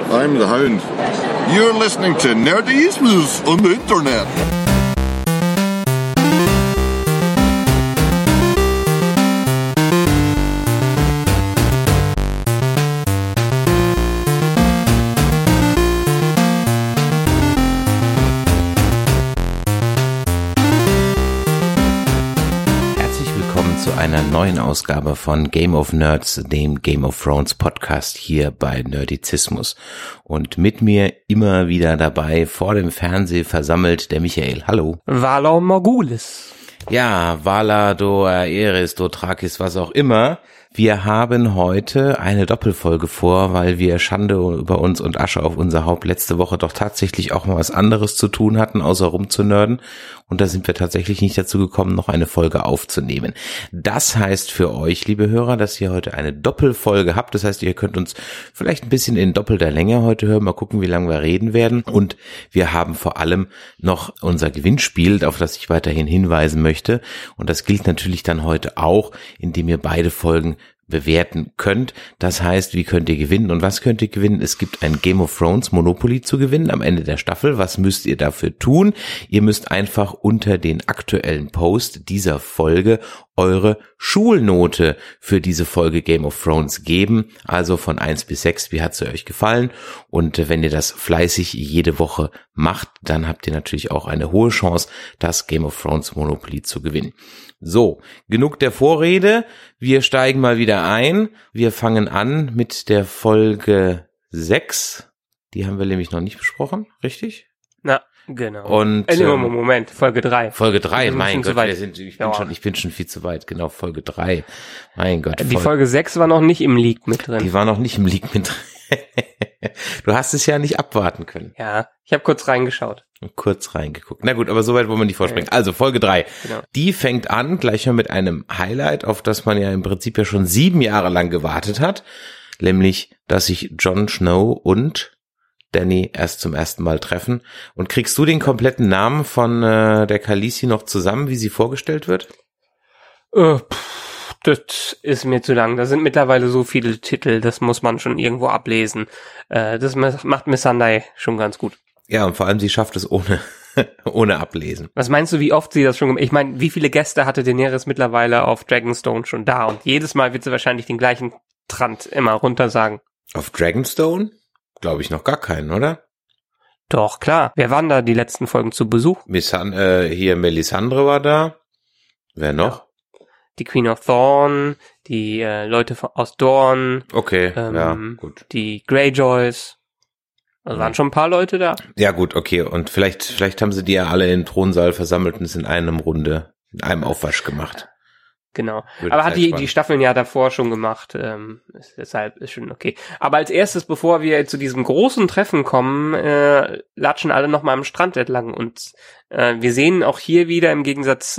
I'm the Hound. You're listening to Nerdismus on the Internet. Einer neuen Ausgabe von Game of Nerds, dem Game of Thrones Podcast hier bei Nerdizismus. Und mit mir immer wieder dabei, vor dem Fernseher versammelt, der Michael. Hallo. Valar Morghulis. Ja, Valar Doaeris, Dothrakis, was auch immer. Wir haben heute eine Doppelfolge vor, weil wir Schande über uns und Asche auf unser Haupt letzte Woche doch tatsächlich auch mal was anderes zu tun hatten, außer rumzunörden. Und da sind wir tatsächlich nicht dazu gekommen, noch eine Folge aufzunehmen. Das heißt für euch, liebe Hörer, dass ihr heute eine Doppelfolge habt. Das heißt, ihr könnt uns vielleicht ein bisschen in doppelter Länge heute hören. Mal gucken, wie lange wir reden werden. Und wir haben vor allem noch unser Gewinnspiel, auf das ich weiterhin hinweisen möchte. Und das gilt natürlich dann heute auch, indem ihr beide Folgen bewerten könnt. Das heißt, wie könnt ihr gewinnen und was könnt ihr gewinnen? Es gibt ein Game of Thrones Monopoly zu gewinnen am Ende der Staffel. Was müsst ihr dafür tun? Ihr müsst einfach unter den aktuellen Post dieser Folge eure Schulnote für diese Folge Game of Thrones geben. Also von 1 bis 6, wie hat sie euch gefallen? Und wenn ihr das fleißig jede Woche macht, dann habt ihr natürlich auch eine hohe Chance, das Game of Thrones Monopoly zu gewinnen. So, genug der Vorrede. Wir steigen mal wieder ein. Wir fangen an mit der Folge 6. Die haben wir nämlich noch nicht besprochen, richtig? Na, genau. Und Moment, Folge 3. Folge 3, mein Gott, ich bin schon viel zu weit. Genau, Folge 3. Mein Gott. Die Folge 6 war noch nicht im Leak mit drin. Die war noch nicht im Leak mit drin. Du hast es ja nicht abwarten können. Ja, ich habe kurz reingeschaut. Kurz reingeguckt. Na gut, aber soweit wollen wir nicht vorspringen. Also Folge 3. Genau. Die fängt an gleich mal mit einem Highlight, auf das man ja im Prinzip ja schon 7 Jahre lang gewartet hat. Nämlich, dass sich Jon Snow und Dany erst zum ersten Mal treffen. Und kriegst du den kompletten Namen von der Khaleesi noch zusammen, wie sie vorgestellt wird? Das ist mir zu lang. Da sind mittlerweile so viele Titel, das muss man schon irgendwo ablesen. Das macht Missandei schon ganz gut. Ja, und vor allem sie schafft es ohne Ablesen. Was meinst du, wie oft sie das schon gemacht hat? Ich meine, wie viele Gäste hatte Daenerys mittlerweile auf Dragonstone schon da? Und jedes Mal wird sie wahrscheinlich den gleichen Trant immer runter sagen. Auf Dragonstone? Glaube ich noch gar keinen, oder? Doch, klar. Wer waren da die letzten Folgen zu Besuch? Hier Melisandre war da. Wer noch? Ja. Die Queen of Thorn, die Leute aus Dorne. Okay, ja, gut. Die Greyjoys. Also waren schon ein paar Leute da. Ja gut, okay. Und vielleicht haben sie die ja alle in den Thronsaal versammelt und es in einem Aufwasch gemacht. Genau. Aber hat die Staffeln ja davor schon gemacht. Deshalb ist schon okay. Aber als erstes, bevor wir zu diesem großen Treffen kommen, latschen alle noch mal am Strand entlang. Und wir sehen auch hier wieder im Gegensatz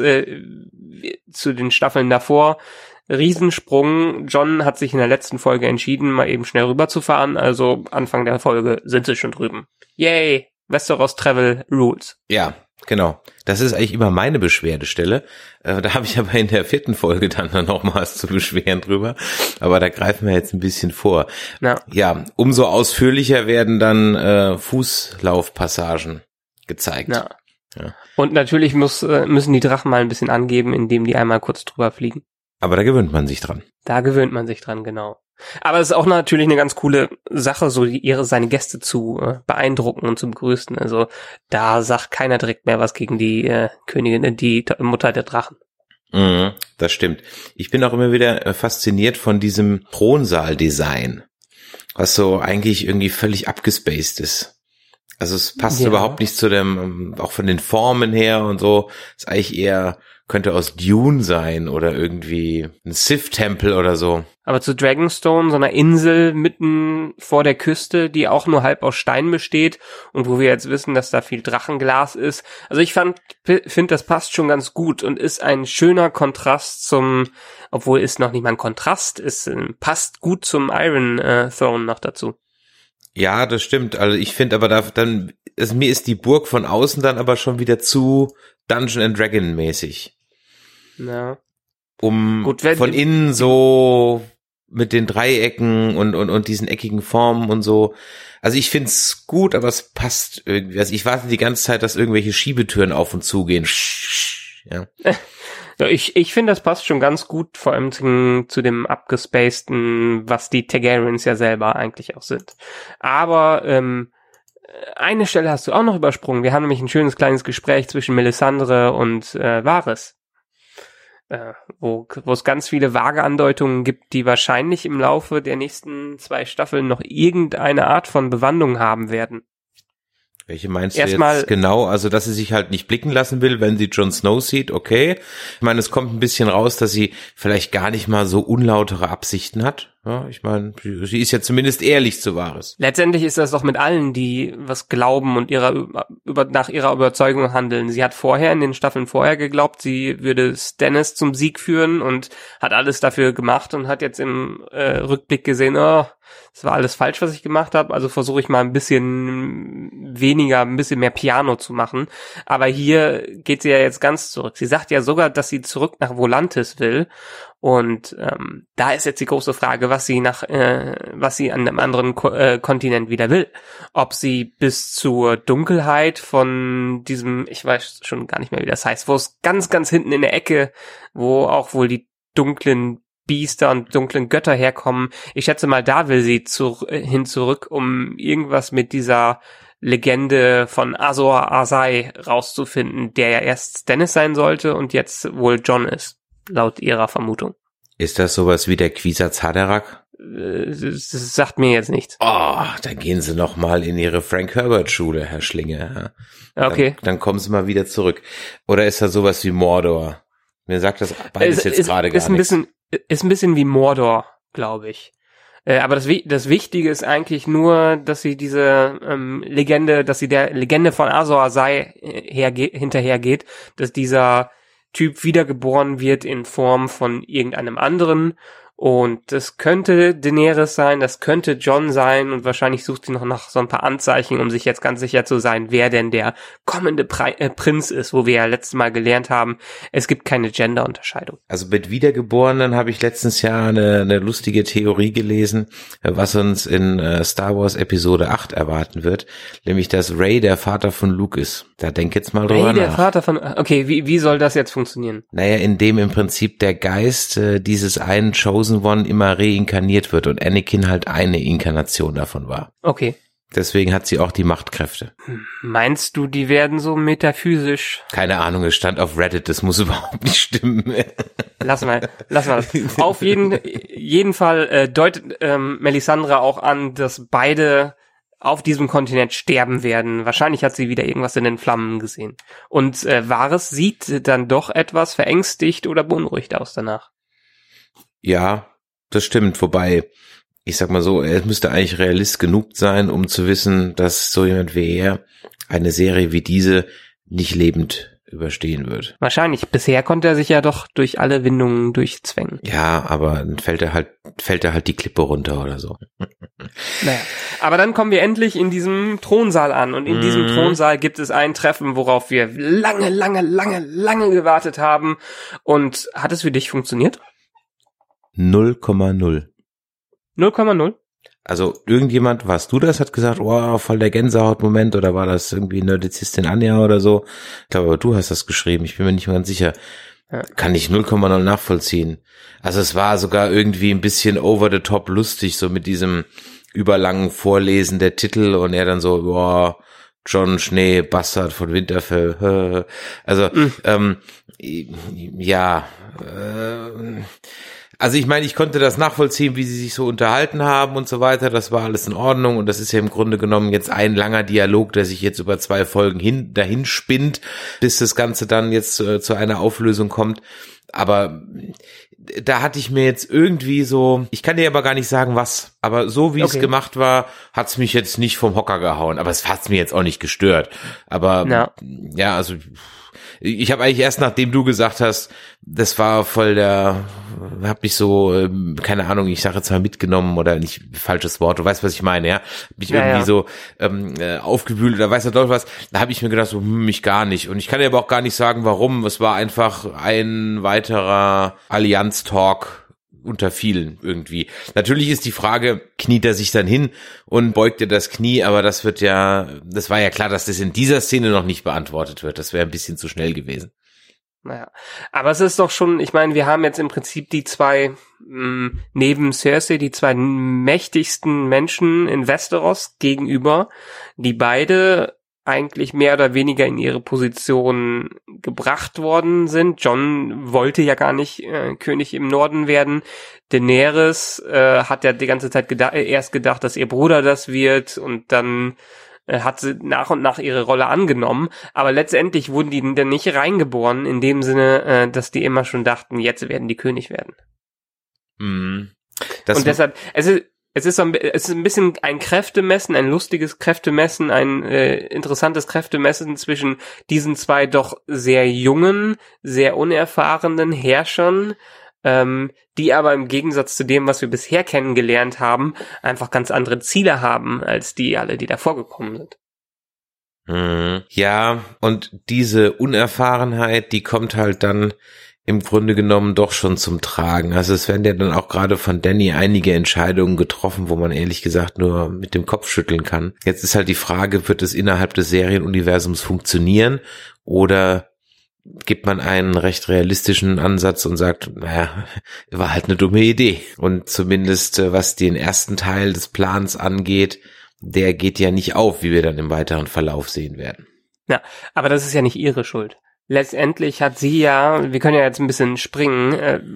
zu den Staffeln davor, Riesensprung. Jon hat sich in der letzten Folge entschieden, mal eben schnell rüberzufahren. Also Anfang der Folge sind sie schon drüben. Yay! Westeros Travel Rules. Ja, genau. Das ist eigentlich immer meine Beschwerdestelle. Da habe ich aber in der 4. Folge dann noch mal was zu beschweren drüber. Aber da greifen wir jetzt ein bisschen vor. Ja, umso ausführlicher werden dann Fußlaufpassagen gezeigt. Ja. Und natürlich müssen die Drachen mal ein bisschen angeben, indem die einmal kurz drüber fliegen. Aber da gewöhnt man sich dran. Genau. Aber es ist auch natürlich eine ganz coole Sache, so seine Gäste zu beeindrucken und zu begrüßen. Also da sagt keiner direkt mehr was gegen die Königin, die Mutter der Drachen. Das stimmt. Ich bin auch immer wieder fasziniert von diesem Thronsaal-Design, was so eigentlich irgendwie völlig abgespaced ist. Also es passt überhaupt nicht zu dem, auch von den Formen her und so, ist eigentlich eher, könnte aus Dune sein oder irgendwie ein Sith-Tempel oder so. Aber zu Dragonstone, so einer Insel mitten vor der Küste, die auch nur halb aus Stein besteht und wo wir jetzt wissen, dass da viel Drachenglas ist. Also ich finde, das passt schon ganz gut und ist ein schöner Kontrast obwohl es noch nicht mal ein Kontrast ist, passt gut zum Iron Throne noch dazu. Ja, das stimmt. Also ich finde aber mir ist die Burg von außen dann aber schon wieder zu Dungeon and Dragon mäßig. Ja. Von innen so mit den Dreiecken und diesen eckigen Formen und so. Also ich find's gut, aber es passt irgendwie. Also ich warte die ganze Zeit, dass irgendwelche Schiebetüren auf und zu gehen. Ja. Ja, ich finde, das passt schon ganz gut, vor allem zu dem abgespaceden, was die Targaryens ja selber eigentlich auch sind. Aber eine Stelle hast du auch noch übersprungen. Wir haben nämlich ein schönes kleines Gespräch zwischen Melisandre und Varys, wo es ganz viele vage Andeutungen gibt, die wahrscheinlich im Laufe der nächsten 2 Staffeln noch irgendeine Art von Bewandlung haben werden. Welche meinst du jetzt genau? Also, dass sie sich halt nicht blicken lassen will, wenn sie Jon Snow sieht, okay. Ich meine, es kommt ein bisschen raus, dass sie vielleicht gar nicht mal so unlautere Absichten hat. Ja, ich meine, sie ist ja zumindest ehrlich zu Varys. Letztendlich ist das doch mit allen, die was glauben und nach ihrer Überzeugung handeln. Sie hat vorher, in den Staffeln vorher geglaubt, sie würde Stannis zum Sieg führen und hat alles dafür gemacht und hat jetzt im Rückblick gesehen, das war alles falsch, was ich gemacht habe, also versuche ich mal ein bisschen mehr Piano zu machen. Aber hier geht sie ja jetzt ganz zurück. Sie sagt ja sogar, dass sie zurück nach Volantis will. Und da ist jetzt die große Frage, was sie an einem anderen Kontinent wieder will. Ob sie bis zur Dunkelheit von diesem, ich weiß schon gar nicht mehr, wie das heißt, wo es ganz, ganz hinten in der Ecke, wo auch wohl die dunklen Biester und dunklen Götter herkommen. Ich schätze mal, da will sie zurück, um irgendwas mit dieser Legende von Azor Ahai rauszufinden, der ja erst Stannis sein sollte und jetzt wohl Jon ist, laut ihrer Vermutung. Ist das sowas wie der Kwisatz Haderach? Das sagt mir jetzt nichts. Oh, dann gehen Sie noch mal in Ihre Frank Herbert Schule, Herr Schlinge. Okay. Dann kommen Sie mal wieder zurück. Oder ist das sowas wie Mordor? Mir sagt das beides jetzt gerade gar nichts. Ist ein bisschen wie Mordor, glaube ich. Aber das Wichtige ist eigentlich nur, dass sie diese Legende, dass sie der Legende von Azor Ahai hinterhergeht, dass dieser Typ wiedergeboren wird in Form von irgendeinem anderen. Und das könnte Daenerys sein, das könnte Jon sein und wahrscheinlich sucht sie noch nach so ein paar Anzeichen, um sich jetzt ganz sicher zu sein, wer denn der kommende Prinz ist, wo wir ja letztes Mal gelernt haben, es gibt keine Gender-Unterscheidung. Also mit Wiedergeborenen habe ich letztens ja eine lustige Theorie gelesen, was uns in Star Wars Episode 8 erwarten wird, nämlich dass Rey der Vater von Luke ist. Da denk jetzt mal drüber nach. Rey der Vater von, okay, wie soll das jetzt funktionieren? Naja, indem im Prinzip der Geist dieses einen Chosen One immer reinkarniert wird und Anakin halt eine Inkarnation davon war. Okay. Deswegen hat sie auch die Machtkräfte. Meinst du, die werden so metaphysisch? Keine Ahnung, es stand auf Reddit, das muss überhaupt nicht stimmen. Lass mal. Auf jeden Fall deutet Melisandre auch an, dass beide auf diesem Kontinent sterben werden. Wahrscheinlich hat sie wieder irgendwas in den Flammen gesehen. Und Varys sieht dann doch etwas verängstigt oder beunruhigt aus danach. Ja, das stimmt, wobei, ich sag mal so, er müsste eigentlich Realist genug sein, um zu wissen, dass so jemand wie er eine Serie wie diese nicht lebend überstehen wird. Wahrscheinlich. Bisher konnte er sich ja doch durch alle Windungen durchzwängen. Ja, aber dann fällt er halt die Klippe runter oder so. Naja, aber dann kommen wir endlich in diesem Thronsaal an und in diesem Thronsaal gibt es ein Treffen, worauf wir lange gewartet haben. Und hat es für dich funktioniert? 0,0. 0,0? Also irgendjemand, warst du das, hat gesagt, wow, voll der Gänsehautmoment, oder war das irgendwie Nerdizistin Anja oder so? Ich glaube, du hast das geschrieben, ich bin mir nicht mehr ganz sicher. Ja. Kann ich 0,0 nachvollziehen. Also es war sogar irgendwie ein bisschen over the top lustig, so mit diesem überlangen Vorlesen der Titel und er dann so, boah, Jon Schnee, Bastard von Winterfell. Also, also ich meine, ich konnte das nachvollziehen, wie sie sich so unterhalten haben und so weiter. Das war alles in Ordnung und das ist ja im Grunde genommen jetzt ein langer Dialog, der sich jetzt über 2 Folgen dahin spinnt, bis das Ganze dann jetzt zu einer Auflösung kommt. Aber da hatte ich mir jetzt irgendwie so, ich kann dir aber gar nicht sagen, was, aber so wie es gemacht war, hat's mich jetzt nicht vom Hocker gehauen. Aber es hat's mir jetzt auch nicht gestört. Aber ja, also ich habe eigentlich erst, nachdem du gesagt hast, das war voll hab mich so, keine Ahnung, ich sage jetzt mal mitgenommen oder nicht, falsches Wort, du weißt, was ich meine, ja? Mich irgendwie so aufgewühlt oder weiß doch was, da habe ich mir gedacht, so, mich gar nicht. Und ich kann dir aber auch gar nicht sagen, warum. Es war einfach ein weiterer Allianz-Talk unter vielen irgendwie. Natürlich ist die Frage, kniet er sich dann hin und beugt er das Knie, aber das war ja klar, dass das in dieser Szene noch nicht beantwortet wird. Das wäre ein bisschen zu schnell gewesen. Naja, aber es ist doch schon, ich meine, wir haben jetzt im Prinzip die zwei, neben Cersei, die zwei mächtigsten Menschen in Westeros gegenüber, die beide eigentlich mehr oder weniger in ihre Position gebracht worden sind. Jon wollte ja gar nicht König im Norden werden. Daenerys hat ja die ganze Zeit erst gedacht, dass ihr Bruder das wird, und dann hat sie nach und nach ihre Rolle angenommen, aber letztendlich wurden die dann nicht reingeboren, in dem Sinne, dass die immer schon dachten, jetzt werden die König werden. Und deshalb, es ist ein bisschen ein Kräftemessen, ein lustiges Kräftemessen, ein interessantes Kräftemessen zwischen diesen zwei doch sehr jungen, sehr unerfahrenen Herrschern, die aber im Gegensatz zu dem, was wir bisher kennengelernt haben, einfach ganz andere Ziele haben, als die alle, die davor gekommen sind. Ja, und diese Unerfahrenheit, die kommt halt dann im Grunde genommen doch schon zum Tragen. Also es werden ja dann auch gerade von Dany einige Entscheidungen getroffen, wo man ehrlich gesagt nur mit dem Kopf schütteln kann. Jetzt ist halt die Frage, wird es innerhalb des Serienuniversums funktionieren, oder gibt man einen recht realistischen Ansatz und sagt, naja, war halt eine dumme Idee. Und zumindest was den ersten Teil des Plans angeht, der geht ja nicht auf, wie wir dann im weiteren Verlauf sehen werden. Ja, aber das ist ja nicht ihre Schuld. Letztendlich hat sie ja, wir können ja jetzt ein bisschen springen,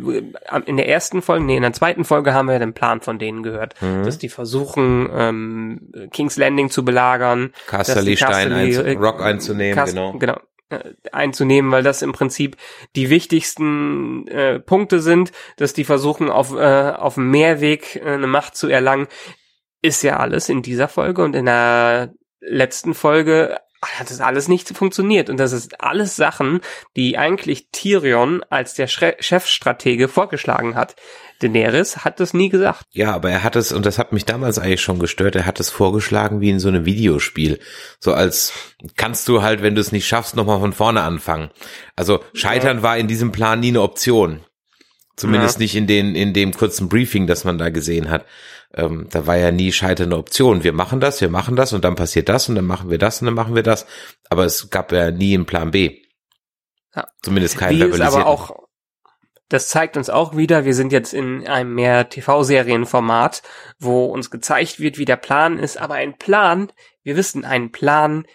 in der zweiten Folge haben wir ja den Plan von denen gehört, dass die versuchen, King's Landing zu belagern, Casterly Rock einzunehmen, genau. Einzunehmen, weil das im Prinzip die wichtigsten Punkte sind, dass die versuchen, auf dem Meerweg eine Macht zu erlangen, ist ja alles in dieser Folge, und in der letzten Folge hat das alles nicht funktioniert, und das ist alles Sachen, die eigentlich Tyrion als der Chefstratege vorgeschlagen hat. Daenerys hat das nie gesagt. Ja, aber er hat es, und das hat mich damals eigentlich schon gestört, er hat es vorgeschlagen wie in so einem Videospiel. So als, kannst du halt, wenn du es nicht schaffst, nochmal von vorne anfangen. Also Scheitern war in diesem Plan nie eine Option. Zumindest nicht in dem kurzen Briefing, das man da gesehen hat. Da war ja nie Scheitern eine Option. Wir machen das und dann passiert das und dann machen wir das und dann machen wir das. Aber es gab ja nie einen Plan B. Ja. Zumindest keinen verbalisierten. Aber auch, das zeigt uns auch wieder, wir sind jetzt in einem mehr TV-Serienformat, wo uns gezeigt wird, wie der Plan ist. Aber ein Plan, wir wissen, ein Plan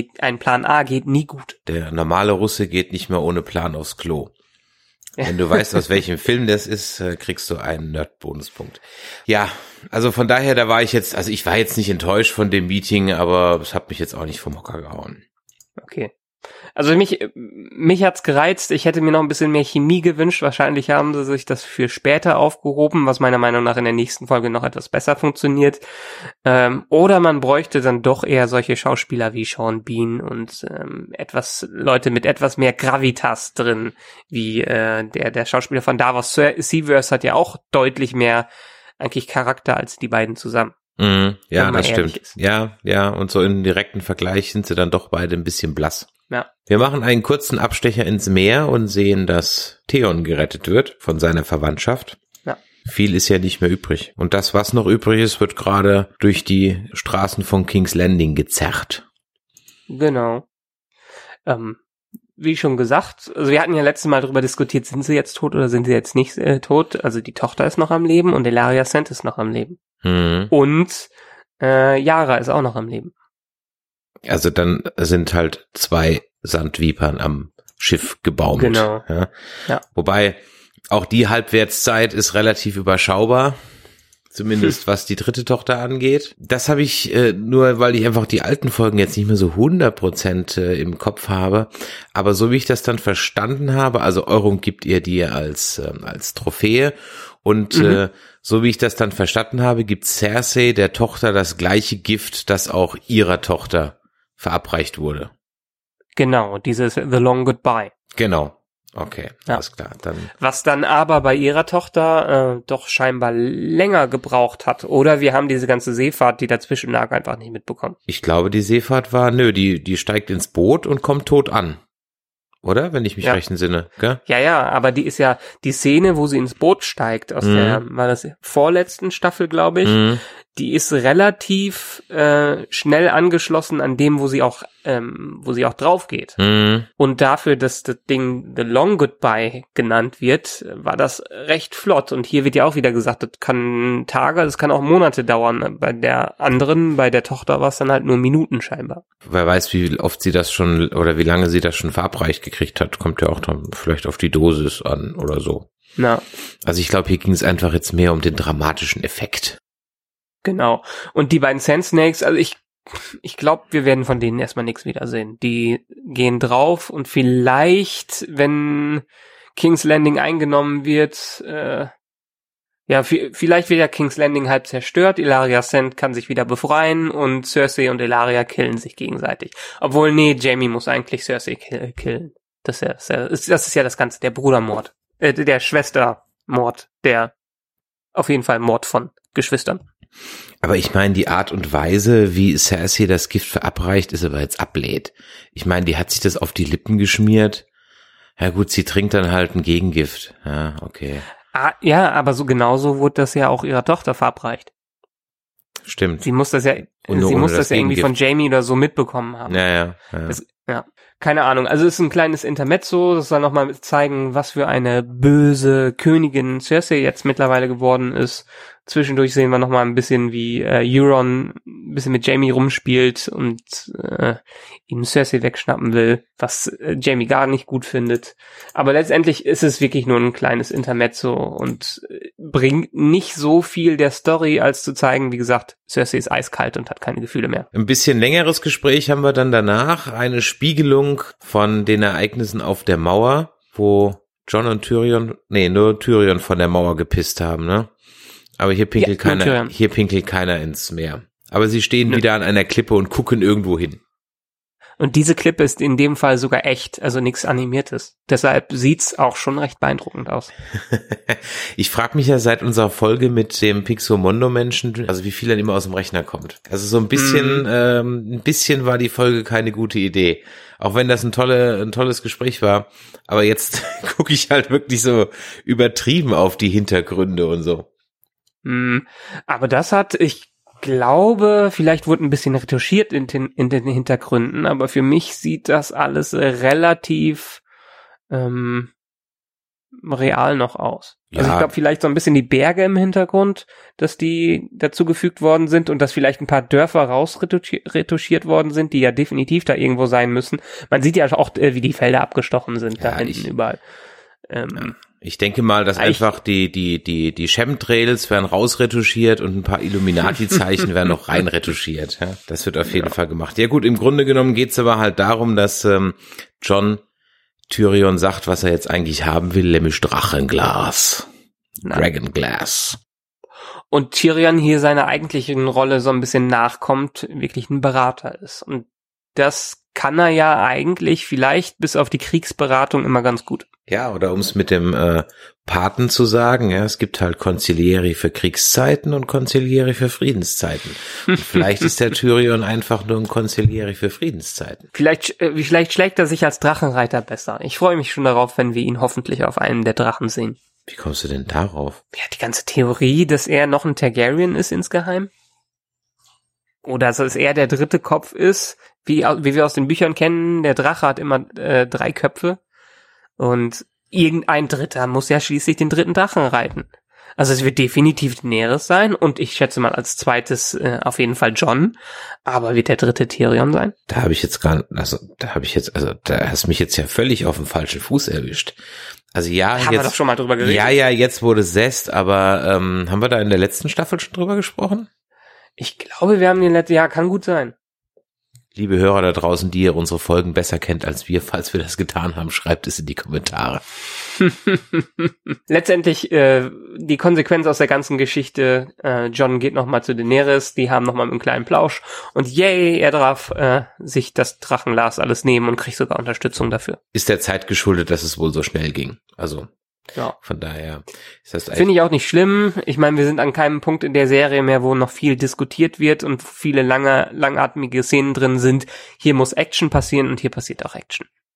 A geht nie gut. Der normale Russe geht nicht mehr ohne Plan aufs Klo. Wenn du weißt, aus welchem Film das ist, kriegst du einen Nerd-Bonuspunkt. Ja, also von daher, ich war jetzt nicht enttäuscht von dem Meeting, aber es hat mich jetzt auch nicht vom Hocker gehauen. Okay. Also mich hat's gereizt. Ich hätte mir noch ein bisschen mehr Chemie gewünscht. Wahrscheinlich haben sie sich das für später aufgehoben, was meiner Meinung nach in der nächsten Folge noch etwas besser funktioniert. Oder man bräuchte dann doch eher solche Schauspieler wie Sean Bean und Leute mit etwas mehr Gravitas drin, wie der Schauspieler von Davos Seaverse hat ja auch deutlich mehr eigentlich Charakter als die beiden zusammen. Ja, das stimmt. Ja, und so im direkten Vergleich sind sie dann doch beide ein bisschen blass. Ja. Wir machen einen kurzen Abstecher ins Meer und sehen, dass Theon gerettet wird von seiner Verwandtschaft. Ja. Viel ist ja nicht mehr übrig. Und das, was noch übrig ist, wird gerade durch die Straßen von King's Landing gezerrt. Genau. Wie schon gesagt, also wir hatten ja letztes Mal darüber diskutiert, sind sie jetzt tot oder sind sie jetzt nicht tot? Also die Tochter ist noch am Leben und Ellaria Sand ist noch am Leben. Und Yara ist auch noch am Leben. Also dann sind halt 2 Sandvipern am Schiff gebaumt. Genau. Ja. Wobei auch die Halbwertszeit ist relativ überschaubar. Zumindest was die dritte Tochter angeht. Das habe ich nur, weil ich einfach die alten Folgen jetzt nicht mehr so 100% im Kopf habe. Aber so wie ich das dann verstanden habe, also Euron gibt ihr die als Trophäe. Und so wie ich das dann verstanden habe, gibt Cersei der Tochter das gleiche Gift, das auch ihrer Tochter verabreicht wurde. Genau, dieses The Long Goodbye. Genau. Okay, ja. Alles klar. Dann. Was dann aber bei ihrer Tochter doch scheinbar länger gebraucht hat. Oder wir haben diese ganze Seefahrt, die dazwischen lag, einfach nicht mitbekommen. Ich glaube, die Seefahrt war, die steigt ins Boot und kommt tot an. oder? Wenn ich mich recht entsinne, gell? Ja, aber die ist ja die Szene, wo sie ins Boot steigt, aus der, war das vorletzten Staffel, glaube ich, die ist relativ schnell angeschlossen an dem, wo sie auch drauf geht. Und dafür, dass das Ding The Long Goodbye genannt wird, war das recht flott. Und hier wird ja auch wieder gesagt, das kann Tage, das kann auch Monate dauern. Bei der anderen, bei der Tochter war es dann halt nur Minuten scheinbar. Wer weiß, wie oft sie das schon oder wie lange sie das schon verabreicht gekriegt hat, kommt ja auch dann vielleicht auf die Dosis an oder so. Na. Also ich glaube, hier ging es einfach jetzt mehr um den dramatischen Effekt. Genau. Und die beiden Sand Snakes, also ich glaube, wir werden von denen erstmal nichts wiedersehen. Die gehen drauf und vielleicht, wenn King's Landing eingenommen wird, vielleicht wird ja King's Landing halb zerstört, Ellaria Sand kann sich wieder befreien und Cersei und Ellaria killen sich gegenseitig. Obwohl, nee, Jaime muss eigentlich Cersei killen. Das ist ja das Ganze, der Brudermord. Der Schwestermord, der auf jeden Fall Mord von Geschwistern. Aber ich meine, die Art und Weise, wie Cersei das Gift verabreicht, ist aber jetzt ablehnt. Ich meine, die hat sich das auf die Lippen geschmiert. Ja gut, sie trinkt dann halt ein Gegengift. Ja, okay. Ja, aber so genauso wurde das ja auch ihrer Tochter verabreicht. Stimmt. Sie muss das ja irgendwie von Jaime oder so mitbekommen haben. Ja. Keine Ahnung. Also es ist ein kleines Intermezzo. Das soll nochmal zeigen, was für eine böse Königin Cersei jetzt mittlerweile geworden ist. Zwischendurch sehen wir nochmal ein bisschen, wie Euron ein bisschen mit Jaime rumspielt und ihm Cersei wegschnappen will, was Jaime gar nicht gut findet. Aber letztendlich ist es wirklich nur ein kleines Intermezzo und bringt nicht so viel der Story, als zu zeigen, wie gesagt, Cersei ist eiskalt und hat keine Gefühle mehr. Ein bisschen längeres Gespräch haben wir dann danach. Eine Spiegelung von den Ereignissen auf der Mauer, wo Jon und Tyrion, nur Tyrion von der Mauer gepisst haben, ne? Aber hier pinkelt keiner ins Meer. Aber sie stehen wieder an einer Klippe und gucken irgendwo hin. Und diese Klippe ist in dem Fall sogar echt, also nichts Animiertes. Deshalb sieht's auch schon recht beeindruckend aus. Ich frage mich ja seit unserer Folge mit dem Pixomondo-Menschen, also wie viel dann immer aus dem Rechner kommt. Also so ein bisschen war die Folge keine gute Idee. Auch wenn das ein tolles Gespräch war. Aber jetzt gucke ich halt wirklich so übertrieben auf die Hintergründe und so. Aber ich glaube, vielleicht wurde ein bisschen retuschiert in den Hintergründen, aber für mich sieht das alles relativ real noch aus. Ja. Also ich glaube, vielleicht so ein bisschen die Berge im Hintergrund, dass die dazugefügt worden sind und dass vielleicht ein paar Dörfer rausretuschiert worden sind, die ja definitiv da irgendwo sein müssen. Man sieht ja auch, wie die Felder abgestochen sind, da hinten überall. Ich denke mal, dass einfach die Chemtrails werden rausretuschiert und ein paar Illuminati-Zeichen werden noch reinretuschiert. Ja? Das wird auf jeden Fall gemacht. Ja gut, im Grunde genommen geht's aber halt darum, dass Jon Tyrion sagt, was er jetzt eigentlich haben will, nämlich Drachenglas. Dragonglass. Und Tyrion hier seiner eigentlichen Rolle so ein bisschen nachkommt, wirklich ein Berater ist. Und das kann er ja eigentlich vielleicht bis auf die Kriegsberatung immer ganz gut. Ja, oder um es mit dem Paten zu sagen, ja, es gibt halt Consiglieri für Kriegszeiten und Consiglieri für Friedenszeiten. Und vielleicht ist der Tyrion einfach nur ein Consiglieri für Friedenszeiten. Vielleicht schlägt er sich als Drachenreiter besser. Ich freue mich schon darauf, wenn wir ihn hoffentlich auf einem der Drachen sehen. Wie kommst du denn darauf? Ja, die ganze Theorie, dass er noch ein Targaryen ist insgeheim. Oder dass er der dritte Kopf ist, wie wir aus den Büchern kennen. Der Drache hat immer 3 Köpfe. Und irgendein Dritter muss ja schließlich den dritten Drachen reiten. Also es wird definitiv Daenerys sein und ich schätze mal als zweites auf jeden Fall Jon. Aber wird der dritte Tyrion sein? Da hast mich jetzt ja völlig auf dem falschen Fuß erwischt. Also ja, haben wir doch schon mal drüber geredet. Ja, jetzt wurde es Zest, aber haben wir da in der letzten Staffel schon drüber gesprochen? Ich glaube, wir haben kann gut sein. Liebe Hörer da draußen, die ihr unsere Folgen besser kennt als wir, falls wir das getan haben, schreibt es in die Kommentare. Letztendlich die Konsequenz aus der ganzen Geschichte, Jon geht nochmal zu Daenerys, die haben nochmal einen kleinen Plausch und yay, er darf sich das Drachenglas alles nehmen und kriegt sogar Unterstützung dafür. Ist der Zeit geschuldet, dass es wohl so schnell ging. Also ja. Von daher ist das finde ich auch nicht schlimm. Ich meine, wir sind an keinem Punkt in der Serie mehr, wo noch viel diskutiert wird und viele langatmige Szenen drin sind. Hier muss Action passieren und hier passiert auch Action.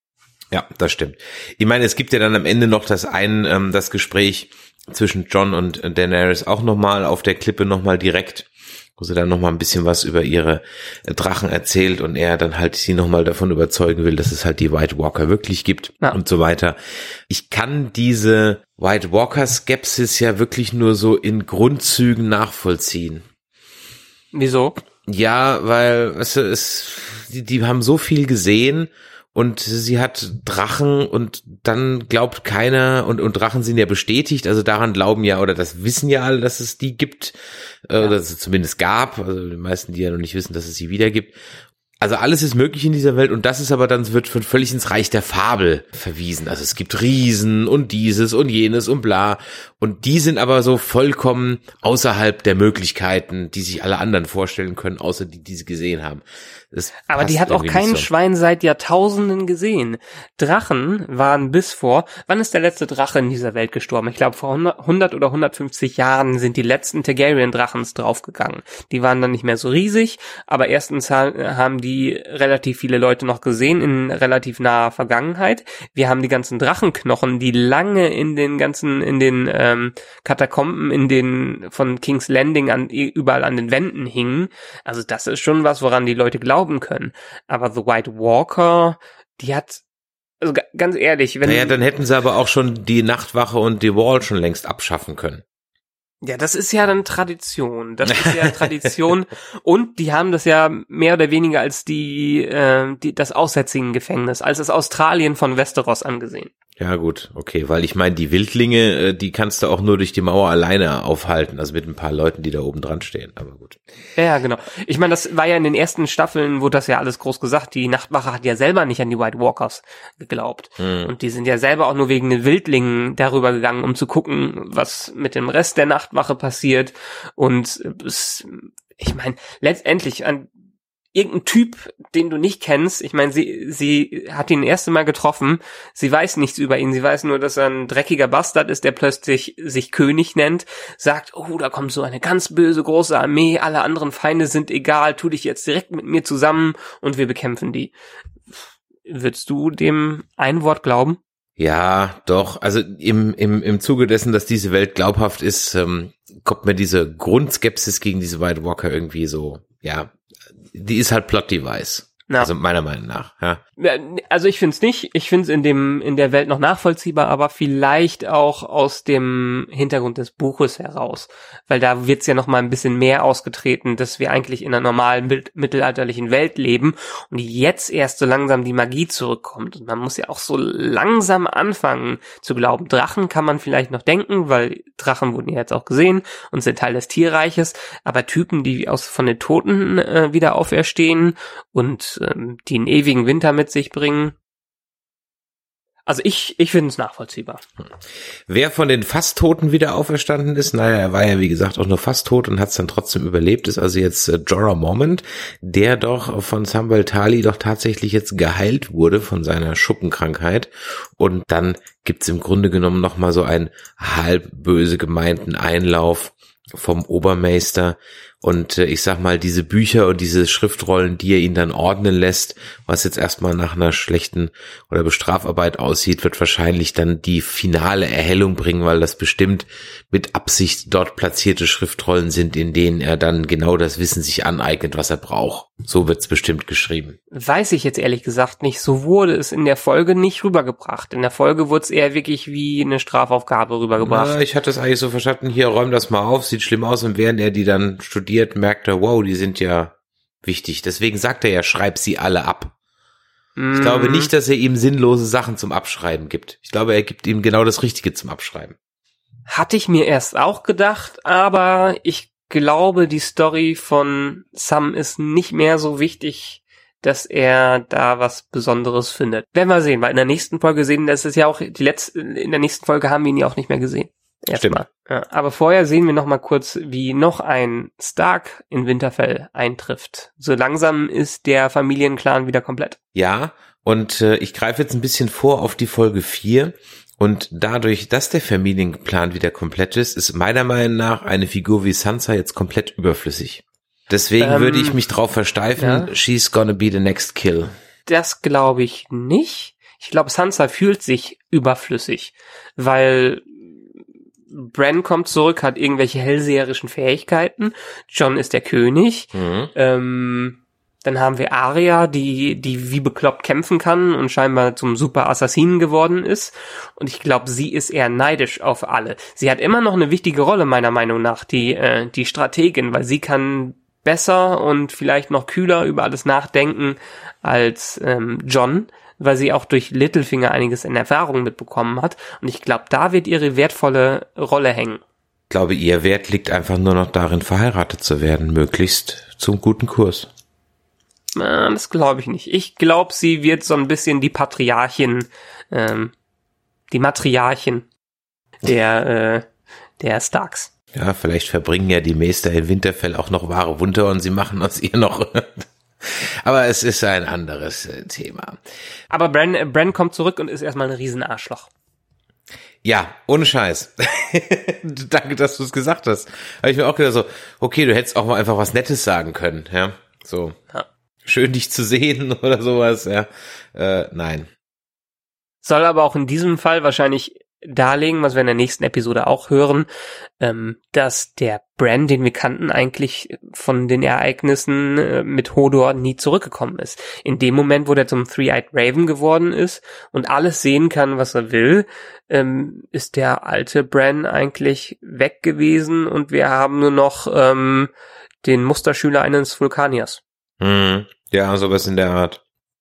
Ja, das stimmt. Ich meine, es gibt ja dann am Ende noch das Gespräch zwischen Jon und Daenerys auch nochmal auf der Klippe nochmal direkt, wo sie dann nochmal ein bisschen was über ihre Drachen erzählt und er dann halt sie nochmal davon überzeugen will, dass es halt die White Walker wirklich gibt und so weiter. Ich kann diese White Walker Skepsis ja wirklich nur so in Grundzügen nachvollziehen. Wieso? Ja, weil, weißt du, die haben so viel gesehen und sie hat Drachen und dann glaubt keiner und Drachen sind ja bestätigt, also daran glauben ja oder das wissen ja alle, dass es die gibt, oder dass es zumindest gab, also die meisten, die ja noch nicht wissen, dass es sie wieder gibt. Also alles ist möglich in dieser Welt und das ist aber dann, wird völlig ins Reich der Fabel verwiesen. Also es gibt Riesen und dieses und jenes und bla. Und die sind aber so vollkommen außerhalb der Möglichkeiten, die sich alle anderen vorstellen können, außer die sie gesehen haben. Aber die hat auch kein Schwein seit Jahrtausenden gesehen. Drachen waren wann ist der letzte Drache in dieser Welt gestorben? Ich glaube, vor 100 oder 150 Jahren sind die letzten Targaryen-Drachens draufgegangen. Die waren dann nicht mehr so riesig, aber erstens haben die relativ viele Leute noch gesehen in relativ naher Vergangenheit. Wir haben die ganzen Drachenknochen, die lange in den Katakomben von King's Landing überall an den Wänden hingen. Also das ist schon was, woran die Leute glauben können. Aber The White Walker, die hat, also ganz ehrlich, wenn... Naja, dann hätten sie aber auch schon die Nachtwache und die Wall schon längst abschaffen können. Ja, das ist ja dann Tradition. Das ist ja Tradition. Und die haben das ja mehr oder weniger als das Aussätzigengefängnis, als das Australien von Westeros angesehen. Ja gut, okay, weil ich meine, die Wildlinge, die kannst du auch nur durch die Mauer alleine aufhalten, also mit ein paar Leuten, die da oben dran stehen, aber gut. Ja, genau. Ich meine, das war ja in den ersten Staffeln, wurde das ja alles groß gesagt, die Nachtwache hat ja selber nicht an die White Walkers geglaubt. Und die sind ja selber auch nur wegen den Wildlingen darüber gegangen, um zu gucken, was mit dem Rest der Nachtwache passiert. Und ich meine, letztendlich irgendein Typ, den du nicht kennst, ich meine, sie hat ihn das erste Mal getroffen, sie weiß nichts über ihn, sie weiß nur, dass er ein dreckiger Bastard ist, der plötzlich sich König nennt, sagt, oh, da kommt so eine ganz böse große Armee, alle anderen Feinde sind egal, tu dich jetzt direkt mit mir zusammen und wir bekämpfen die. Würdest du dem ein Wort glauben? Ja, doch. Also im Zuge dessen, dass diese Welt glaubhaft ist, kommt mir diese Grundskepsis gegen diese White Walker irgendwie so, ja, die ist halt Plot-Device. Ja. Also meiner Meinung nach, ja. Also ich finde es nicht. Ich finde es in der Welt noch nachvollziehbar, aber vielleicht auch aus dem Hintergrund des Buches heraus. Weil da wird's ja noch mal ein bisschen mehr ausgetreten, dass wir eigentlich in einer normalen mittelalterlichen Welt leben und jetzt erst so langsam die Magie zurückkommt. Und man muss ja auch so langsam anfangen zu glauben. Drachen kann man vielleicht noch denken, weil Drachen wurden ja jetzt auch gesehen und sind Teil des Tierreiches. Aber Typen, die von den Toten wieder auferstehen und die einen ewigen Winter mit sich bringen. Also ich finde es nachvollziehbar. Wer von den fast Toten wieder auferstanden ist, naja, er war ja wie gesagt auch nur fast tot und hat es dann trotzdem überlebt, ist also jetzt Jorah Mormont, der doch von Samwell Tarly doch tatsächlich jetzt geheilt wurde von seiner Schuppenkrankheit und dann gibt's im Grunde genommen nochmal so einen halb böse gemeinten Einlauf vom Obermeister und ich sag mal, diese Bücher und diese Schriftrollen, die er ihn dann ordnen lässt, was jetzt erstmal nach einer schlechten oder Bestrafarbeit aussieht, wird wahrscheinlich dann die finale Erhellung bringen, weil das bestimmt mit Absicht dort platzierte Schriftrollen sind, in denen er dann genau das Wissen sich aneignet, was er braucht. So wird's bestimmt geschrieben. Weiß ich jetzt ehrlich gesagt nicht. So wurde es in der Folge nicht rübergebracht. In der Folge wurde es eher wirklich wie eine Strafaufgabe rübergebracht. Na, ich hatte es eigentlich so verstanden, hier, räum das mal auf, sieht schlimm aus und während er die dann studiert, merkt er, wow, die sind ja wichtig. Deswegen sagt er ja, schreib sie alle ab. Ich glaube nicht, dass er ihm sinnlose Sachen zum Abschreiben gibt. Ich glaube, er gibt ihm genau das Richtige zum Abschreiben. Hatte ich mir erst auch gedacht, aber ich glaube, die Story von Sam ist nicht mehr so wichtig, dass er da was Besonderes findet. Werden wir sehen, weil in der nächsten Folge sehen, das ist ja auch in der nächsten Folge haben wir ihn ja auch nicht mehr gesehen. Erstmal. Ja, aber vorher sehen wir noch mal kurz, wie noch ein Stark in Winterfell eintrifft. So langsam ist der Familienclan wieder komplett. Ja, und ich greife jetzt ein bisschen vor auf die Folge 4. Und dadurch, dass der Familienplan wieder komplett ist meiner Meinung nach eine Figur wie Sansa jetzt komplett überflüssig. Deswegen würde ich mich drauf versteifen, she's gonna be the next kill. Das glaube ich nicht. Ich glaube, Sansa fühlt sich überflüssig, weil Bran kommt zurück, hat irgendwelche hellseherischen Fähigkeiten. Jon ist der König. Dann haben wir Arya, die wie bekloppt kämpfen kann und scheinbar zum super Assassinen geworden ist. Und ich glaube, sie ist eher neidisch auf alle. Sie hat immer noch eine wichtige Rolle, meiner Meinung nach, die Strategin, weil sie kann besser und vielleicht noch kühler über alles nachdenken als Jon, weil sie auch durch Littlefinger einiges in Erfahrung mitbekommen hat. Und ich glaube, da wird ihre wertvolle Rolle hängen. Ich glaube, ihr Wert liegt einfach nur noch darin, verheiratet zu werden, möglichst zum guten Kurs. Das glaube ich nicht. Ich glaube, sie wird so ein bisschen die Patriarchin, die Matriarchin der Starks. Ja, vielleicht verbringen ja die Meister in Winterfell auch noch wahre Wunder und sie machen aus ihr noch. Aber es ist ein anderes Thema. Aber Bran kommt zurück und ist erstmal ein Riesenarschloch. Ja, ohne Scheiß. Danke, dass du es gesagt hast. Habe ich mir auch gedacht so, okay, du hättest auch mal einfach was Nettes sagen können, ja. So. Ja. Schön, dich zu sehen oder sowas, ja. Nein. Soll aber auch in diesem Fall wahrscheinlich darlegen, was wir in der nächsten Episode auch hören, dass der Bran, den wir kannten, eigentlich von den Ereignissen mit Hodor nie zurückgekommen ist. In dem Moment, wo der zum Three-Eyed Raven geworden ist und alles sehen kann, was er will, ist der alte Bran eigentlich weg gewesen und wir haben nur noch den Musterschüler eines Vulkaniers. Ja, sowas in der Art.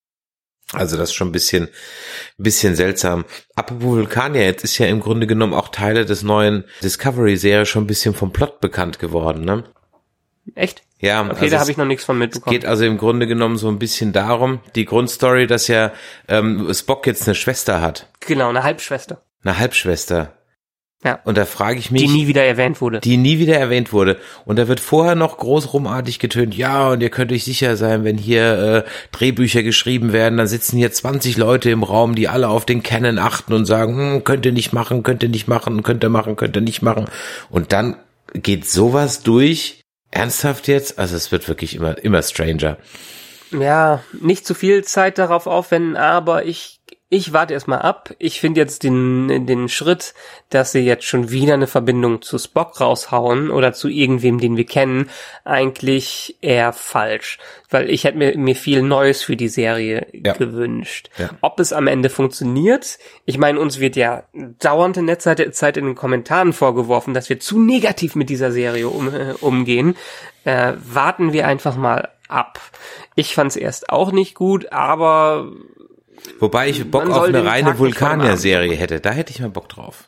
Also das ist schon ein bisschen seltsam. Apropos Vulkanier, jetzt ist ja im Grunde genommen auch Teile des neuen Discovery-Serie schon ein bisschen vom Plot bekannt geworden, ne? Echt? Ja. Okay, also da habe ich noch nichts von mitbekommen. Es geht also im Grunde genommen so ein bisschen darum, die Grundstory, dass ja Spock jetzt eine Schwester hat. Genau, eine Halbschwester. Eine Halbschwester. Ja. Und da frage ich mich. Die nie wieder erwähnt wurde. Und da wird vorher noch groß rumartig getönt, ja, und ihr könnt euch sicher sein, wenn hier Drehbücher geschrieben werden, dann sitzen hier 20 Leute im Raum, die alle auf den Canon achten und sagen, könnt ihr nicht machen, könnt ihr nicht machen, könnt ihr machen, könnt ihr nicht machen. Und dann geht sowas durch. Ernsthaft jetzt? Also es wird wirklich immer stranger. Ja, nicht zu viel Zeit darauf aufwenden, aber ich warte erstmal ab. Ich finde jetzt den Schritt, dass sie jetzt schon wieder eine Verbindung zu Spock raushauen oder zu irgendwem, den wir kennen, eigentlich eher falsch. Weil ich hätte mir viel Neues für die Serie gewünscht. Ja. Ob es am Ende funktioniert, ich meine, uns wird ja dauernd in letzter Zeit in den Kommentaren vorgeworfen, dass wir zu negativ mit dieser Serie umgehen. Warten wir einfach mal ab. Ich fand es erst auch nicht gut, aber wobei ich Bock auf eine reine Vulkanier-Serie hätte. Da hätte ich mal Bock drauf.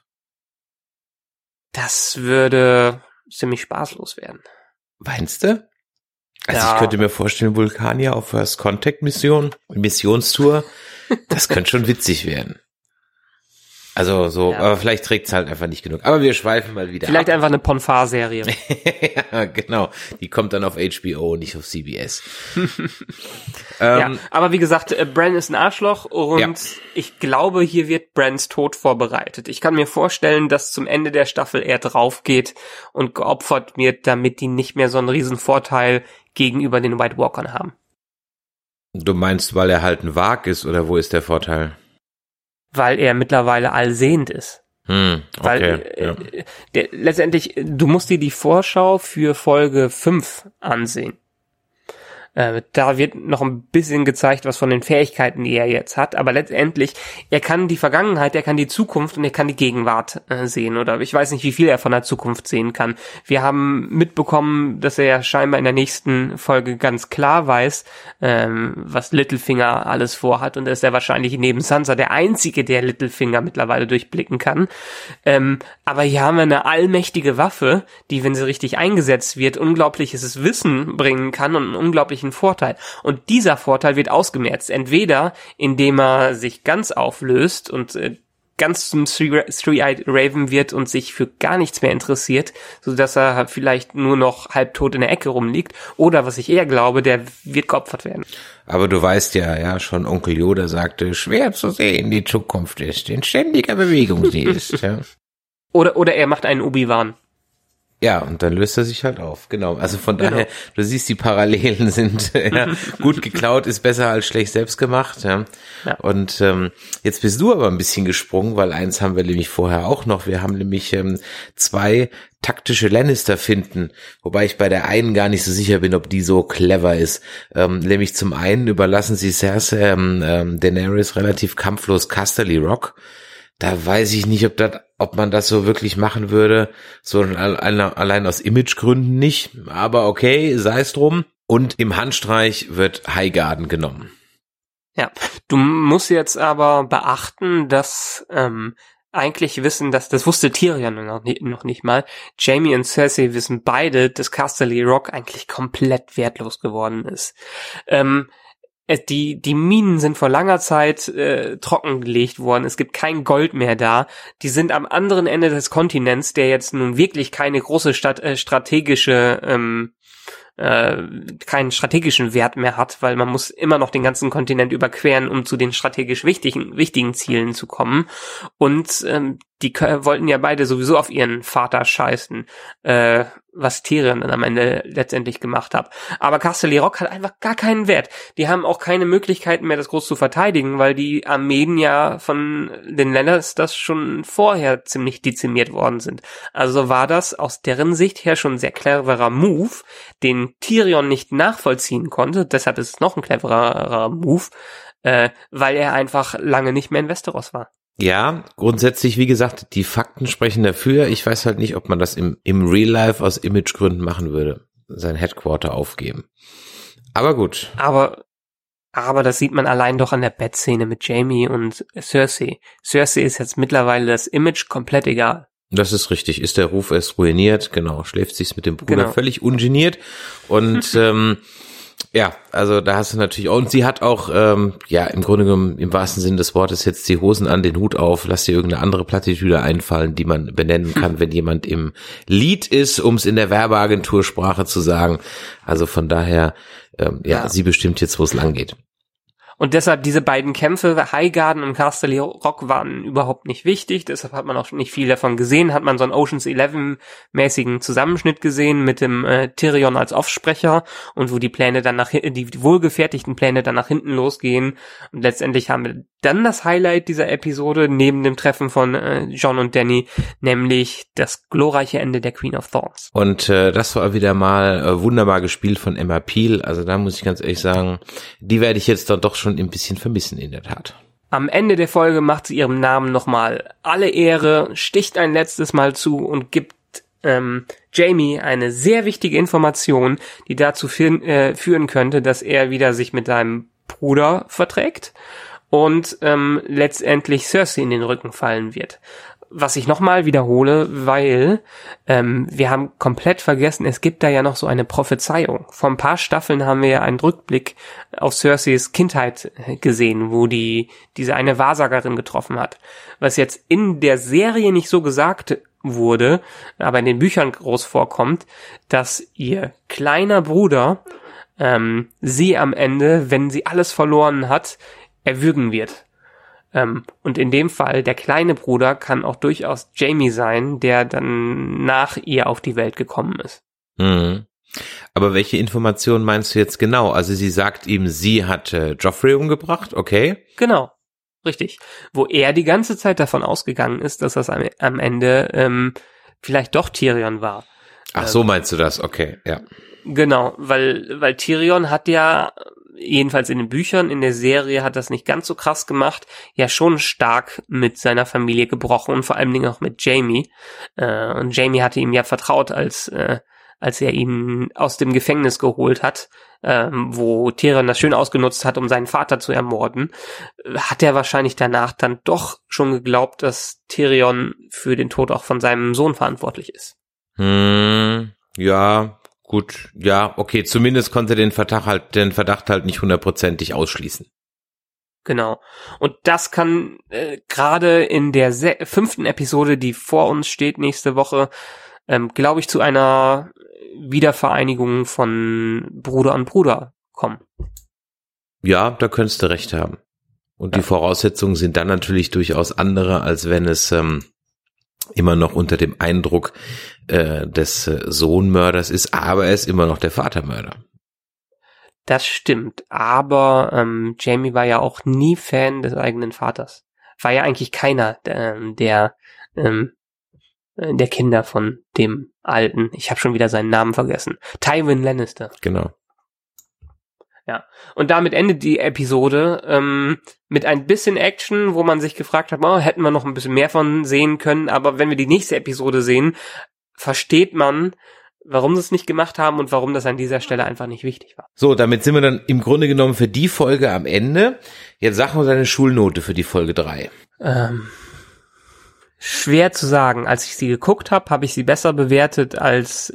Das würde ziemlich spaßlos werden. Meinst du? Also ich könnte mir vorstellen, Vulkanier auf First Contact Missionstour, das könnte schon witzig werden. Also so, aber vielleicht trägt es halt einfach nicht genug. Aber wir schweifen mal wieder vielleicht ab. Einfach eine Ponfar-Serie. Ja, genau. Die kommt dann auf HBO, nicht auf CBS. Ja, aber wie gesagt, Bran ist ein Arschloch und ich glaube, hier wird Brans Tod vorbereitet. Ich kann mir vorstellen, dass zum Ende der Staffel er drauf geht und geopfert wird, damit die nicht mehr so einen riesen Vorteil gegenüber den White Walkern haben. Du meinst, weil er halt ein Wag ist, oder wo ist der Vorteil? Weil er mittlerweile allsehend ist. Okay, weil letztendlich, du musst dir die Vorschau für Folge 5 ansehen. Da wird noch ein bisschen gezeigt, was von den Fähigkeiten, die er jetzt hat, aber letztendlich, er kann die Vergangenheit, er kann die Zukunft und er kann die Gegenwart sehen, oder ich weiß nicht, wie viel er von der Zukunft sehen kann. Wir haben mitbekommen, dass er ja scheinbar in der nächsten Folge ganz klar weiß, was Littlefinger alles vorhat, und er ist ja wahrscheinlich neben Sansa der Einzige, der Littlefinger mittlerweile durchblicken kann. Aber hier haben wir eine allmächtige Waffe, die, wenn sie richtig eingesetzt wird, unglaubliches Wissen bringen kann und einen unglaublichen Vorteil. Und dieser Vorteil wird ausgemerzt. Entweder indem er sich ganz auflöst und ganz zum Three-Eyed Raven wird und sich für gar nichts mehr interessiert, sodass er vielleicht nur noch halbtot in der Ecke rumliegt. Oder, was ich eher glaube, der wird geopfert werden. Aber du weißt ja, schon Onkel Yoda sagte, schwer zu sehen die Zukunft ist, in ständiger Bewegung sie ist. Ja. Oder er macht einen Obi-Wan. Ja, und dann löst er sich halt auf, genau. Also von daher, du siehst, die Parallelen sind gut geklaut, ist besser als schlecht selbst gemacht. Ja. Und jetzt bist du aber ein bisschen gesprungen, weil eins haben wir nämlich vorher auch noch. Wir haben nämlich 2 taktische Lannister finden, wobei ich bei der einen gar nicht so sicher bin, ob die so clever ist. Nämlich zum einen überlassen sie Cersei Daenerys relativ kampflos Casterly Rock. Da weiß ich nicht, ob man das so wirklich machen würde, so allein aus Imagegründen nicht, aber okay, sei es drum. Und im Handstreich wird Highgarden genommen. Ja, du musst jetzt aber beachten, dass eigentlich wissen, dass, das wusste Tyrion noch nicht mal, Jaime und Cersei wissen beide, dass Casterly Rock eigentlich komplett wertlos geworden ist. Die Minen sind vor langer Zeit trockengelegt worden. Es gibt kein Gold mehr da. Die sind am anderen Ende des Kontinents, der jetzt nun wirklich keine große keinen strategischen Wert mehr hat, weil man muss immer noch den ganzen Kontinent überqueren, um zu den strategisch wichtigen Zielen zu kommen. Und die wollten ja beide sowieso auf ihren Vater scheißen, was Tyrion dann am Ende letztendlich gemacht hat. Aber Casterly Rock hat einfach gar keinen Wert. Die haben auch keine Möglichkeiten mehr, das groß zu verteidigen, weil die Armeen ja von den Lannisters schon vorher ziemlich dezimiert worden sind. Also war das aus deren Sicht her schon ein sehr cleverer Move, den Tyrion nicht nachvollziehen konnte. Deshalb ist es noch ein cleverer Move, weil er einfach lange nicht mehr in Westeros war. Ja, grundsätzlich, wie gesagt, die Fakten sprechen dafür. Ich weiß halt nicht, ob man das im Real Life aus Imagegründen machen würde. Sein Headquarter aufgeben. Aber gut. Aber das sieht man allein doch an der Bettszene mit Jaime und Cersei. Cersei ist jetzt mittlerweile das Image komplett egal. Das ist richtig. Ist der Ruf erst ruiniert? Genau. Schläft sich's mit dem Bruder völlig ungeniert. Und ja, also da hast du natürlich auch, und sie hat auch, im Grunde genommen im wahrsten Sinne des Wortes jetzt die Hosen an, den Hut auf, lass dir irgendeine andere Plattitüde einfallen, die man benennen kann, wenn jemand im Lied ist, um es in der Werbeagentursprache zu sagen. Also von daher, sie bestimmt jetzt, wo es lang geht. Und deshalb diese beiden Kämpfe, Highgarden und Casterly Rock, waren überhaupt nicht wichtig. Deshalb hat man auch nicht viel davon gesehen. Hat man so einen Ocean's 11-mäßigen Zusammenschnitt gesehen mit dem Tyrion als Offsprecher und wo die Pläne dann die wohlgefertigten Pläne dann nach hinten losgehen. Und letztendlich haben wir dann das Highlight dieser Episode neben dem Treffen von Jon und Dany, nämlich das glorreiche Ende der Queen of Thorns. Und das war wieder mal wunderbar gespielt von Emma Peel. Also da muss ich ganz ehrlich sagen, die werde ich jetzt dann doch schon ein bisschen vermissen in der Tat. Am Ende der Folge macht sie ihrem Namen nochmal alle Ehre, sticht ein letztes Mal zu und gibt Jaime eine sehr wichtige Information, die dazu führen könnte, dass er wieder sich mit seinem Bruder verträgt und letztendlich Cersei in den Rücken fallen wird. Was ich nochmal wiederhole, weil wir haben komplett vergessen, es gibt da ja noch so eine Prophezeiung. Vor ein paar Staffeln haben wir ja einen Rückblick auf Cerseis Kindheit gesehen, wo diese eine Wahrsagerin getroffen hat. Was jetzt in der Serie nicht so gesagt wurde, aber in den Büchern groß vorkommt, dass ihr kleiner Bruder sie am Ende, wenn sie alles verloren hat, erwürgen wird. Und in dem Fall, der kleine Bruder kann auch durchaus Jaime sein, der dann nach ihr auf die Welt gekommen ist. Mhm. Aber welche Informationen meinst du jetzt genau? Also sie sagt ihm, sie hat Joffrey umgebracht, okay? Genau, richtig. Wo er die ganze Zeit davon ausgegangen ist, dass das am Ende vielleicht doch Tyrion war. Ach, so meinst du das, okay, ja. Genau, weil Tyrion hat ja, jedenfalls in den Büchern, in der Serie hat das nicht ganz so krass gemacht, ja schon stark mit seiner Familie gebrochen und vor allen Dingen auch mit Jaime. Und Jaime hatte ihm ja vertraut, als er ihn aus dem Gefängnis geholt hat, wo Tyrion das schön ausgenutzt hat, um seinen Vater zu ermorden, hat er wahrscheinlich danach dann doch schon geglaubt, dass Tyrion für den Tod auch von seinem Sohn verantwortlich ist. Ja, gut, ja, okay, zumindest konnte den Verdacht halt nicht 100%ig ausschließen. Genau. Und das kann gerade in der 5. Episode, die vor uns steht nächste Woche, glaube ich, zu einer Wiedervereinigung von Bruder und Bruder kommen. Ja, da könntest du recht haben. Und die Voraussetzungen sind dann natürlich durchaus andere, als wenn es immer noch unter dem Eindruck des Sohnmörders ist, aber er ist immer noch der Vatermörder. Das stimmt, aber Jamie war ja auch nie Fan des eigenen Vaters. War ja eigentlich keiner der Kinder von dem Alten. Ich habe schon wieder seinen Namen vergessen. Tywin Lannister. Genau. Ja, und damit endet die Episode mit ein bisschen Action, wo man sich gefragt hat, hätten wir noch ein bisschen mehr von sehen können, aber wenn wir die nächste Episode sehen, versteht man, warum sie es nicht gemacht haben und warum das an dieser Stelle einfach nicht wichtig war. So, damit sind wir dann im Grunde genommen für die Folge am Ende. Jetzt sag mal deine Schulnote für die Folge 3. Schwer zu sagen. Als ich sie geguckt habe, habe ich sie besser bewertet als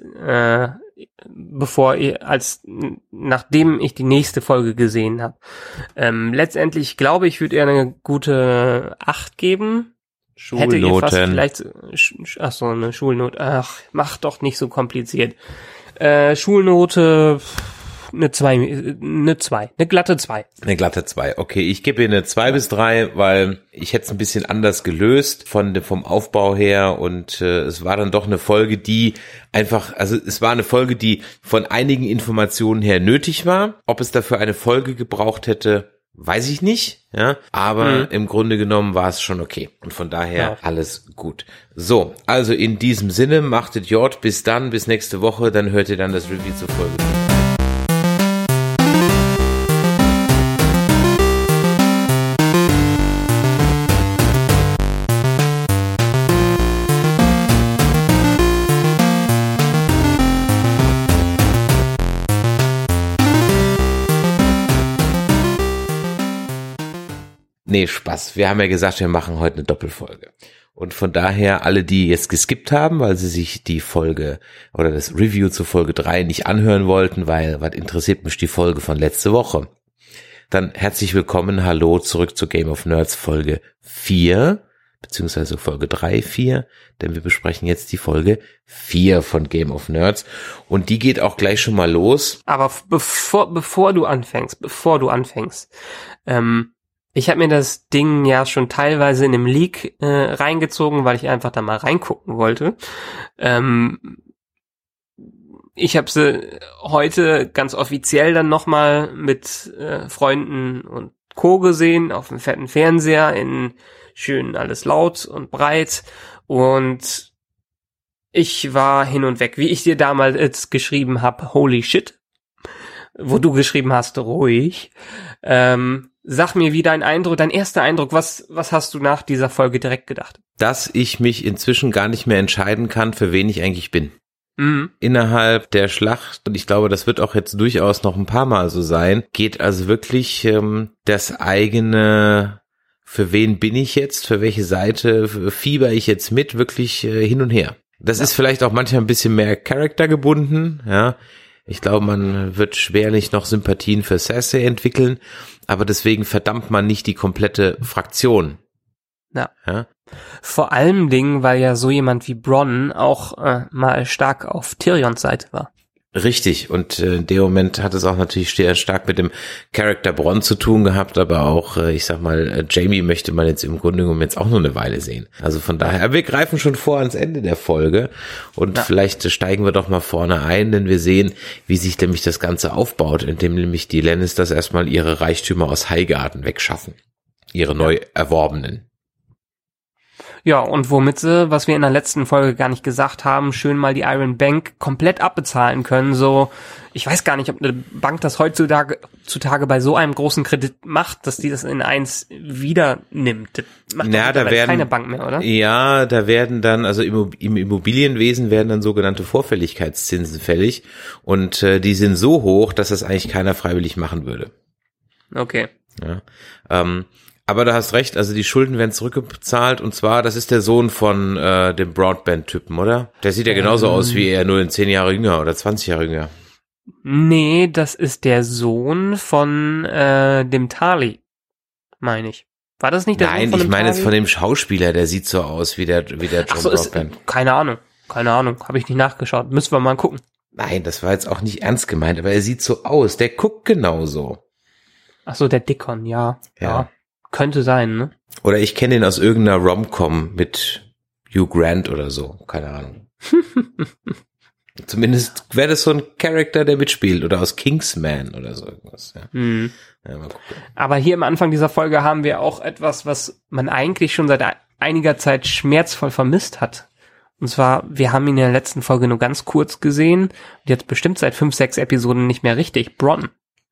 nachdem ich die nächste Folge gesehen habe. Letztendlich glaube ich, würde ihr eine gute 8 geben. Hätte ihr fast vielleicht, eine Schulnote. Ach, mach doch nicht so kompliziert. Schulnote, eine glatte 2. Eine glatte 2, okay. Ich gebe ihr eine 2 bis 3, weil ich hätte es ein bisschen anders gelöst vom Aufbau her und es war dann doch eine Folge, die es war eine Folge, die von einigen Informationen her nötig war. Ob es dafür eine Folge gebraucht hätte, weiß ich nicht, ja, aber im Grunde genommen war es schon okay und von daher alles gut. So, also in diesem Sinne, machtet J, bis dann, bis nächste Woche, dann hört ihr dann das Review zur Folge. Nee, Spaß. Wir haben ja gesagt, wir machen heute eine Doppelfolge. Und von daher alle, die jetzt geskippt haben, weil sie sich die Folge oder das Review zur Folge 3 nicht anhören wollten, weil was interessiert mich die Folge von letzte Woche? Dann herzlich willkommen, hallo, zurück zu Game of Nerds Folge 4, beziehungsweise Folge 3, 4, denn wir besprechen jetzt die Folge 4 von Game of Nerds und die geht auch gleich schon mal los. Aber bevor du anfängst, ich habe mir das Ding ja schon teilweise in einem Leak reingezogen, weil ich einfach da mal reingucken wollte. Ich habe sie heute ganz offiziell dann nochmal mit Freunden und Co. gesehen, auf dem fetten Fernseher, in schön alles laut und breit. Und ich war hin und weg, wie ich dir damals geschrieben habe, holy shit. Wo du geschrieben hast, ruhig. Sag mir, wie dein erster Eindruck, was hast du nach dieser Folge direkt gedacht? Dass ich mich inzwischen gar nicht mehr entscheiden kann, für wen ich eigentlich bin. Innerhalb der Schlacht, und ich glaube, das wird auch jetzt durchaus noch ein paar Mal so sein, geht also wirklich das eigene, für wen bin ich jetzt, für welche Seite fieber ich jetzt mit, wirklich hin und her. Das ist vielleicht auch manchmal ein bisschen mehr Charakter gebunden, ja. Ich glaube, man wird schwerlich noch Sympathien für Cersei entwickeln, aber deswegen verdammt man nicht die komplette Fraktion. Ja. Vor allem Dingen, weil ja so jemand wie Bronn auch mal stark auf Tyrions Seite war. Richtig, und in dem Moment hat es auch natürlich sehr stark mit dem Charakter Bronn zu tun gehabt, aber auch, ich sag mal, Jamie möchte man jetzt im Grunde genommen jetzt auch nur eine Weile sehen. Also von daher, wir greifen schon vor ans Ende der Folge und vielleicht steigen wir doch mal vorne ein, denn wir sehen, wie sich nämlich das Ganze aufbaut, indem nämlich die Lannisters erstmal ihre Reichtümer aus Highgarden wegschaffen. Ihre neu erworbenen. Ja, und womit sie, was wir in der letzten Folge gar nicht gesagt haben, schön mal die Iron Bank komplett abbezahlen können. So, ich weiß gar nicht, ob eine Bank das heutzutage bei so einem großen Kredit macht, dass die das in eins wieder nimmt. Das macht keine Bank mehr, oder? Ja, da werden dann, also im Immobilienwesen werden dann sogenannte Vorfälligkeitszinsen fällig und die sind so hoch, dass das eigentlich keiner freiwillig machen würde. Okay. Ja, aber du hast recht, also die Schulden werden zurückgezahlt und zwar, das ist der Sohn von dem Broadband-Typen, oder? Der sieht ja genauso aus wie er, nur in 10 Jahre jünger oder 20 Jahre jünger. Nee, das ist der Sohn von dem Tali, meine ich. War das nicht der Sohn von dem Tali? Nein, ich meine jetzt von dem Schauspieler, der sieht so aus wie der John Broadband. Keine Ahnung, habe ich nicht nachgeschaut. Müssen wir mal gucken. Nein, das war jetzt auch nicht ernst gemeint, aber er sieht so aus, der guckt genauso. Ach so, der Dickon, ja. Könnte sein, ne? Oder ich kenne ihn aus irgendeiner Rom-Com mit Hugh Grant oder so, keine Ahnung. Zumindest wäre das so ein Charakter, der mitspielt oder aus Kingsman oder so irgendwas. Ja. Ja, mal gucken. Aber hier am Anfang dieser Folge haben wir auch etwas, was man eigentlich schon seit einiger Zeit schmerzvoll vermisst hat. Und zwar, wir haben ihn in der letzten Folge nur ganz kurz gesehen und jetzt bestimmt seit 5, 6 Episoden nicht mehr richtig. Bronn.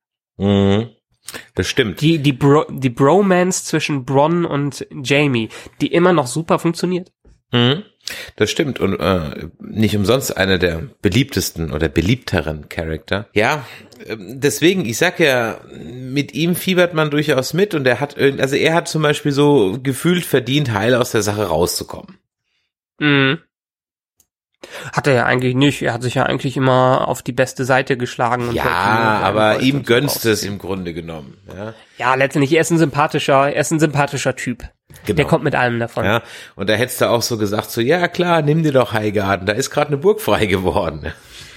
Das stimmt. Die Bromance zwischen Bronn und Jamie, die immer noch super funktioniert. Das stimmt und nicht umsonst einer der beliebtesten oder beliebteren Charakter. Ja, deswegen, ich sag ja, mit ihm fiebert man durchaus mit und er hat zum Beispiel so gefühlt verdient, heil aus der Sache rauszukommen. Hat er ja eigentlich nicht. Er hat sich ja eigentlich immer auf die beste Seite geschlagen. Und ja, aber ihm gönnst es im Grunde genommen. Ja, letztendlich, er ist ein sympathischer Typ. Genau. Der kommt mit allem davon. Ja, und da hättest du auch so gesagt, so, ja klar, nimm dir doch Highgarden, da ist gerade eine Burg frei geworden.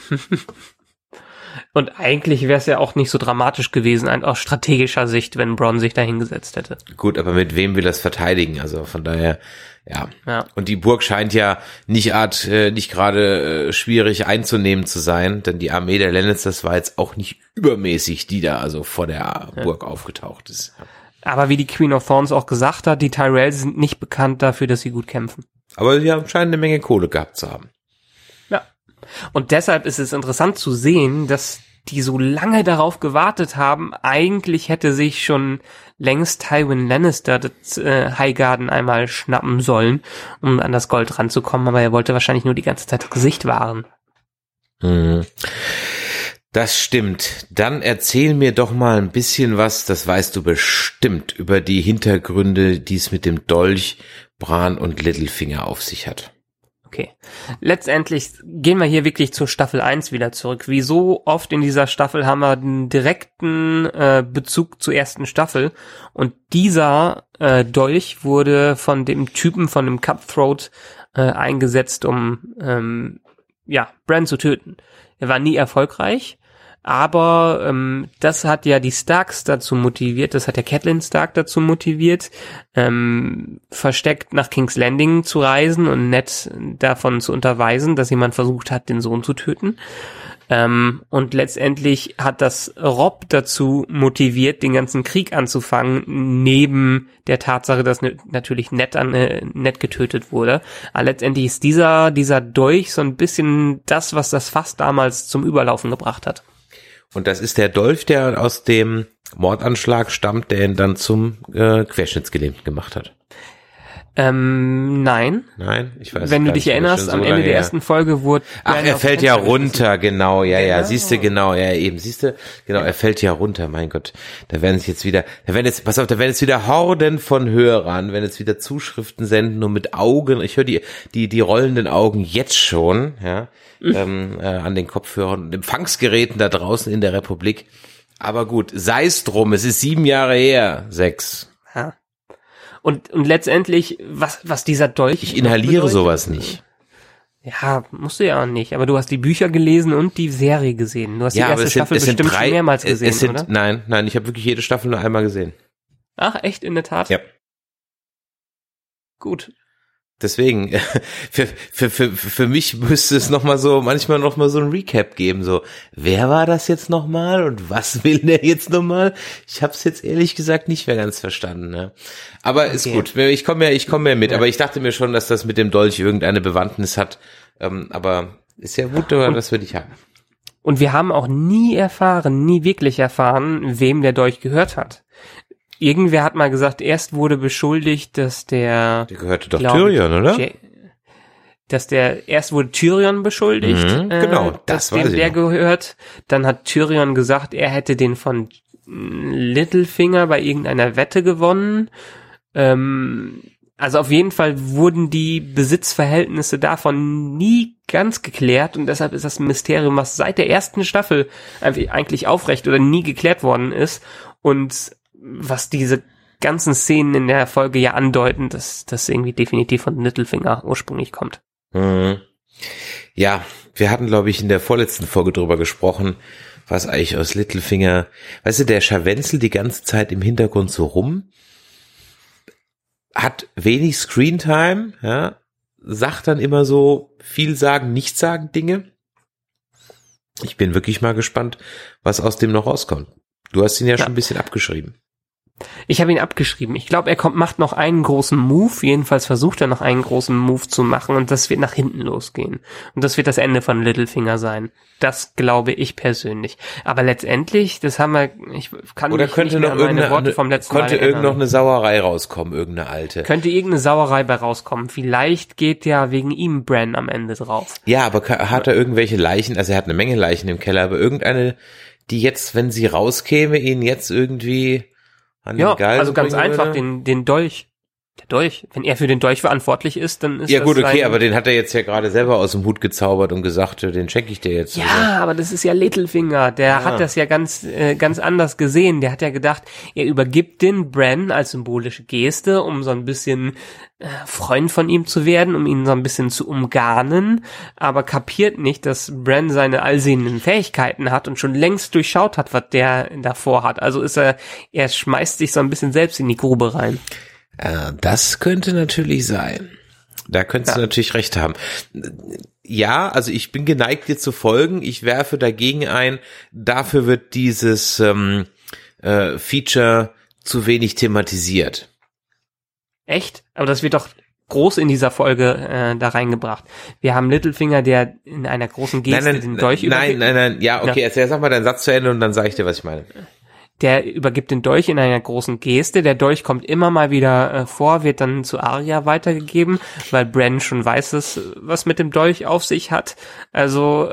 Und eigentlich wäre es ja auch nicht so dramatisch gewesen, aus strategischer Sicht, wenn Bronn sich da hingesetzt hätte. Gut, aber mit wem will er es verteidigen? Also von daher, ja. Und die Burg scheint ja nicht gerade schwierig einzunehmen zu sein, denn die Armee der Lannisters war jetzt auch nicht übermäßig, die da also vor der Burg aufgetaucht ist. Aber wie die Queen of Thorns auch gesagt hat, die Tyrells sind nicht bekannt dafür, dass sie gut kämpfen. Aber sie scheinen eine Menge Kohle gehabt zu haben. Ja. Und deshalb ist es interessant zu sehen, dass die so lange darauf gewartet haben. Eigentlich hätte sich schon längst Tywin Lannister das Highgarden einmal schnappen sollen, um an das Gold ranzukommen. Aber er wollte wahrscheinlich nur die ganze Zeit das Gesicht wahren. Das stimmt. Dann erzähl mir doch mal ein bisschen was, das weißt du bestimmt, über die Hintergründe, die es mit dem Dolch, Bran und Littlefinger auf sich hat. Okay. Letztendlich gehen wir hier wirklich zur Staffel 1 wieder zurück. Wie so oft in dieser Staffel haben wir einen direkten Bezug zur ersten Staffel. Und dieser Dolch wurde von dem Typen, von dem Cutthroat eingesetzt, um Bran zu töten. Er war nie erfolgreich. Aber das hat ja die Starks dazu motiviert, das hat ja Catelyn Stark dazu motiviert, versteckt nach King's Landing zu reisen und Ned davon zu unterweisen, dass jemand versucht hat, den Sohn zu töten. Und letztendlich hat das Robb dazu motiviert, den ganzen Krieg anzufangen, neben der Tatsache, dass natürlich Ned getötet wurde. Aber letztendlich ist dieser Dolch so ein bisschen das, was das Fass damals zum Überlaufen gebracht hat. Und das ist der Dolch, der aus dem Mordanschlag stammt, der ihn dann zum Querschnittsgelähmten gemacht hat. Nein. Nein, ich weiß. Wenn du dich erinnerst, am Ende der ersten Folge wurde... Ach, er fällt ja runter, genau, ja, siehste, genau, ja, eben, siehste, genau, er fällt ja runter, mein Gott. Da werden jetzt wieder Horden von Hörern, wenn jetzt wieder Zuschriften senden und mit Augen, ich höre die rollenden Augen jetzt schon, ja, an den Kopfhörern und Empfangsgeräten da draußen in der Republik. Aber gut, sei es drum, es ist 7 Jahre her, 6. Ja. Und letztendlich, was dieser Dolch... Ich inhaliere sowas nicht. Ja, musst du ja auch nicht. Aber du hast die Bücher gelesen und die Serie gesehen. Du hast die erste Staffel bestimmt schon mehrmals gesehen, oder? Nein, ich habe wirklich jede Staffel nur einmal gesehen. Ach, echt, in der Tat? Ja. Gut. Deswegen, für mich müsste es manchmal noch mal so ein Recap geben, so, wer war das jetzt nochmal und was will der jetzt nochmal? Ich hab's jetzt ehrlich gesagt nicht mehr ganz verstanden, ne? Aber okay. Ist gut, ich komme ja mit, ja. Aber ich dachte mir schon, dass das mit dem Dolch irgendeine Bewandtnis hat, aber ist ja gut, aber das will ich haben. Und wir haben auch nie wirklich erfahren, wem der Dolch gehört hat. Irgendwer hat mal gesagt, erst wurde beschuldigt, dass der gehörte doch Tyrion, oder? Erst wurde Tyrion beschuldigt, genau, dass dem der gehört. Dann hat Tyrion gesagt, er hätte den von Littlefinger bei irgendeiner Wette gewonnen. Also auf jeden Fall wurden die Besitzverhältnisse davon nie ganz geklärt und deshalb ist das ein Mysterium, was seit der ersten Staffel eigentlich aufrecht oder nie geklärt worden ist und was diese ganzen Szenen in der Folge ja andeuten, dass das irgendwie definitiv von Littlefinger ursprünglich kommt. Ja, wir hatten, glaube ich, in der vorletzten Folge drüber gesprochen, was eigentlich aus Littlefinger, weißt du, der scharwenzelt die ganze Zeit im Hintergrund so rum, hat wenig Screentime, ja, sagt dann immer so vielsagend, nichtssagend Dinge. Ich bin wirklich mal gespannt, was aus dem noch rauskommt. Du hast ihn ja schon ein bisschen abgeschrieben. Ich habe ihn abgeschrieben. Ich glaube, macht noch einen großen Move. Jedenfalls versucht er noch einen großen Move zu machen und das wird nach hinten losgehen. Und das wird das Ende von Littlefinger sein. Das glaube ich persönlich. Aber letztendlich, das haben wir, ich kann oder mich könnte nicht mehr noch an meine Worte vom letzten Mal erinnern. irgend noch eine Sauerei rauskommen, irgendeine alte. Könnte irgendeine Sauerei bei rauskommen. Vielleicht geht ja wegen ihm Bran am Ende drauf. Ja, aber hat er irgendwelche Leichen, also er hat eine Menge Leichen im Keller, aber irgendeine, die jetzt, wenn sie rauskäme, ihn jetzt irgendwie an den Galgen also ganz einfach würde? den Dolch. Der Dolch. Wenn er für den Dolch verantwortlich ist, dann ist ja das gut, okay, aber den hat er jetzt ja gerade selber aus dem Hut gezaubert und gesagt, den schenke ich dir jetzt. Ja, oder? aber das ist ja Littlefinger. Der hat das ja ganz anders gesehen. Der hat ja gedacht, er übergibt den Bran als symbolische Geste, um so ein bisschen Freund von ihm zu werden, um ihn so ein bisschen zu umgarnen, aber kapiert nicht, dass Bran seine allsehenden Fähigkeiten hat und schon längst durchschaut hat, was der davor hat. Also er schmeißt sich so ein bisschen selbst in die Grube rein. Das könnte natürlich sein. Da könntest du natürlich recht haben. Ja, also ich bin geneigt, dir zu folgen. Ich werfe dagegen ein, dafür wird dieses Feature zu wenig thematisiert. Echt? Aber das wird doch groß in dieser Folge da reingebracht. Wir haben Littlefinger, der in einer großen Geste den Dolch übergibt. Nein, ja, okay, jetzt sag mal deinen Satz zu Ende und dann sage ich dir, was ich meine. Der übergibt den Dolch in einer großen Geste. Der Dolch kommt immer mal wieder vor, wird dann zu Arya weitergegeben, weil Bran schon weiß, was mit dem Dolch auf sich hat. Also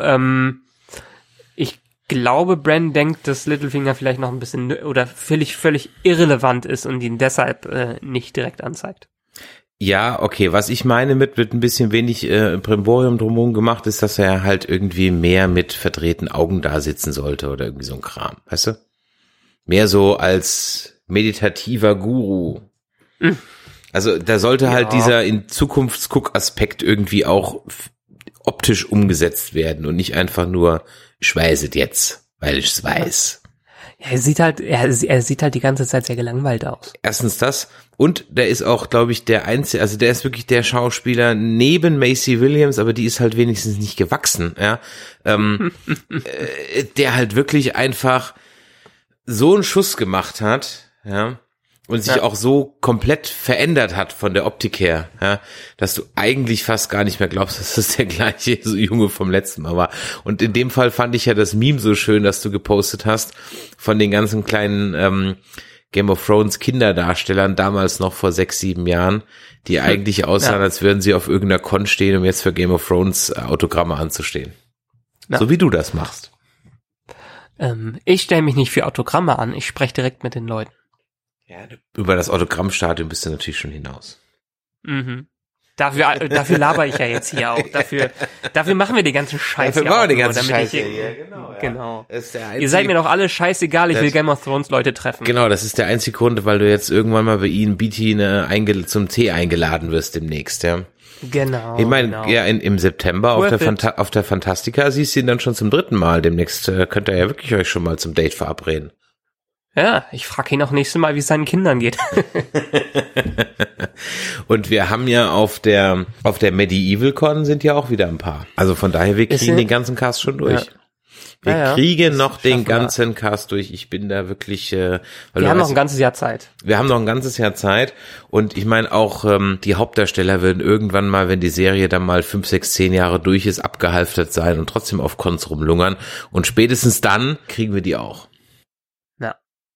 ich glaube, Bran denkt, dass Littlefinger vielleicht noch ein bisschen oder völlig irrelevant ist und ihn deshalb nicht direkt anzeigt. Ja, okay, was ich meine mit ein bisschen wenig Brimborium drumherum gemacht, ist, dass er halt irgendwie mehr mit verdrehten Augen da sitzen sollte oder irgendwie so ein Kram, weißt du? Mehr so als meditativer Guru. Also da sollte halt dieser in Zukunftsguck-Aspekt irgendwie auch optisch umgesetzt werden und nicht einfach nur, ich weiß es jetzt, weil ich es weiß. Ja, er sieht halt die ganze Zeit sehr gelangweilt aus. Erstens das und der ist auch, glaube ich, der einzige, also der ist wirklich der Schauspieler neben Maisie Williams, aber die ist halt wenigstens nicht gewachsen, ja, der halt wirklich einfach so einen Schuss gemacht hat, ja, und sich auch so komplett verändert hat von der Optik her, ja, dass du eigentlich fast gar nicht mehr glaubst, dass das der gleiche so Junge vom letzten Mal war. Und in dem Fall fand ich ja das Meme so schön, das du gepostet hast, von den ganzen kleinen Game of Thrones Kinderdarstellern, damals noch vor 6, 7 Jahren, die eigentlich aussahen, als würden sie auf irgendeiner Con stehen, um jetzt für Game of Thrones Autogramme anzustehen. Ja. So wie du das machst. Ich stelle mich nicht für Autogramme an, ich spreche direkt mit den Leuten. Ja, über das Autogrammstadium bist du natürlich schon hinaus. Mhm. Dafür laber ich ja jetzt hier auch. Dafür machen wir den ganzen Scheiß hier auch. Genau. Genau. Ihr seid mir doch alle scheißegal, ich will Game of Thrones Leute treffen. Genau, das ist der einzige Grund, weil du jetzt irgendwann mal bei ihnen zum Tee eingeladen wirst demnächst, ja. Genau. Ich meine, ja, im September auf der Fantastica siehst du ihn dann schon zum 3. Mal. Demnächst könnt ihr ja wirklich euch schon mal zum Date verabreden. Ja, ich frage ihn auch nächstes Mal, wie es seinen Kindern geht. Und wir haben ja auf der Medieval Con sind ja auch wieder ein paar. Also von daher, wir kriegen den ganzen Cast schon durch. Ja. Wir kriegen noch den ganzen Cast durch. Ich bin da wirklich... wir haben noch ein ganzes Jahr Zeit. Wir haben noch ein ganzes Jahr Zeit. Und ich meine auch, die Hauptdarsteller würden irgendwann mal, wenn die Serie dann mal 5, 6, 10 Jahre durch ist, abgehalftert sein und trotzdem auf Cons rumlungern. Und spätestens dann kriegen wir die auch. Ja.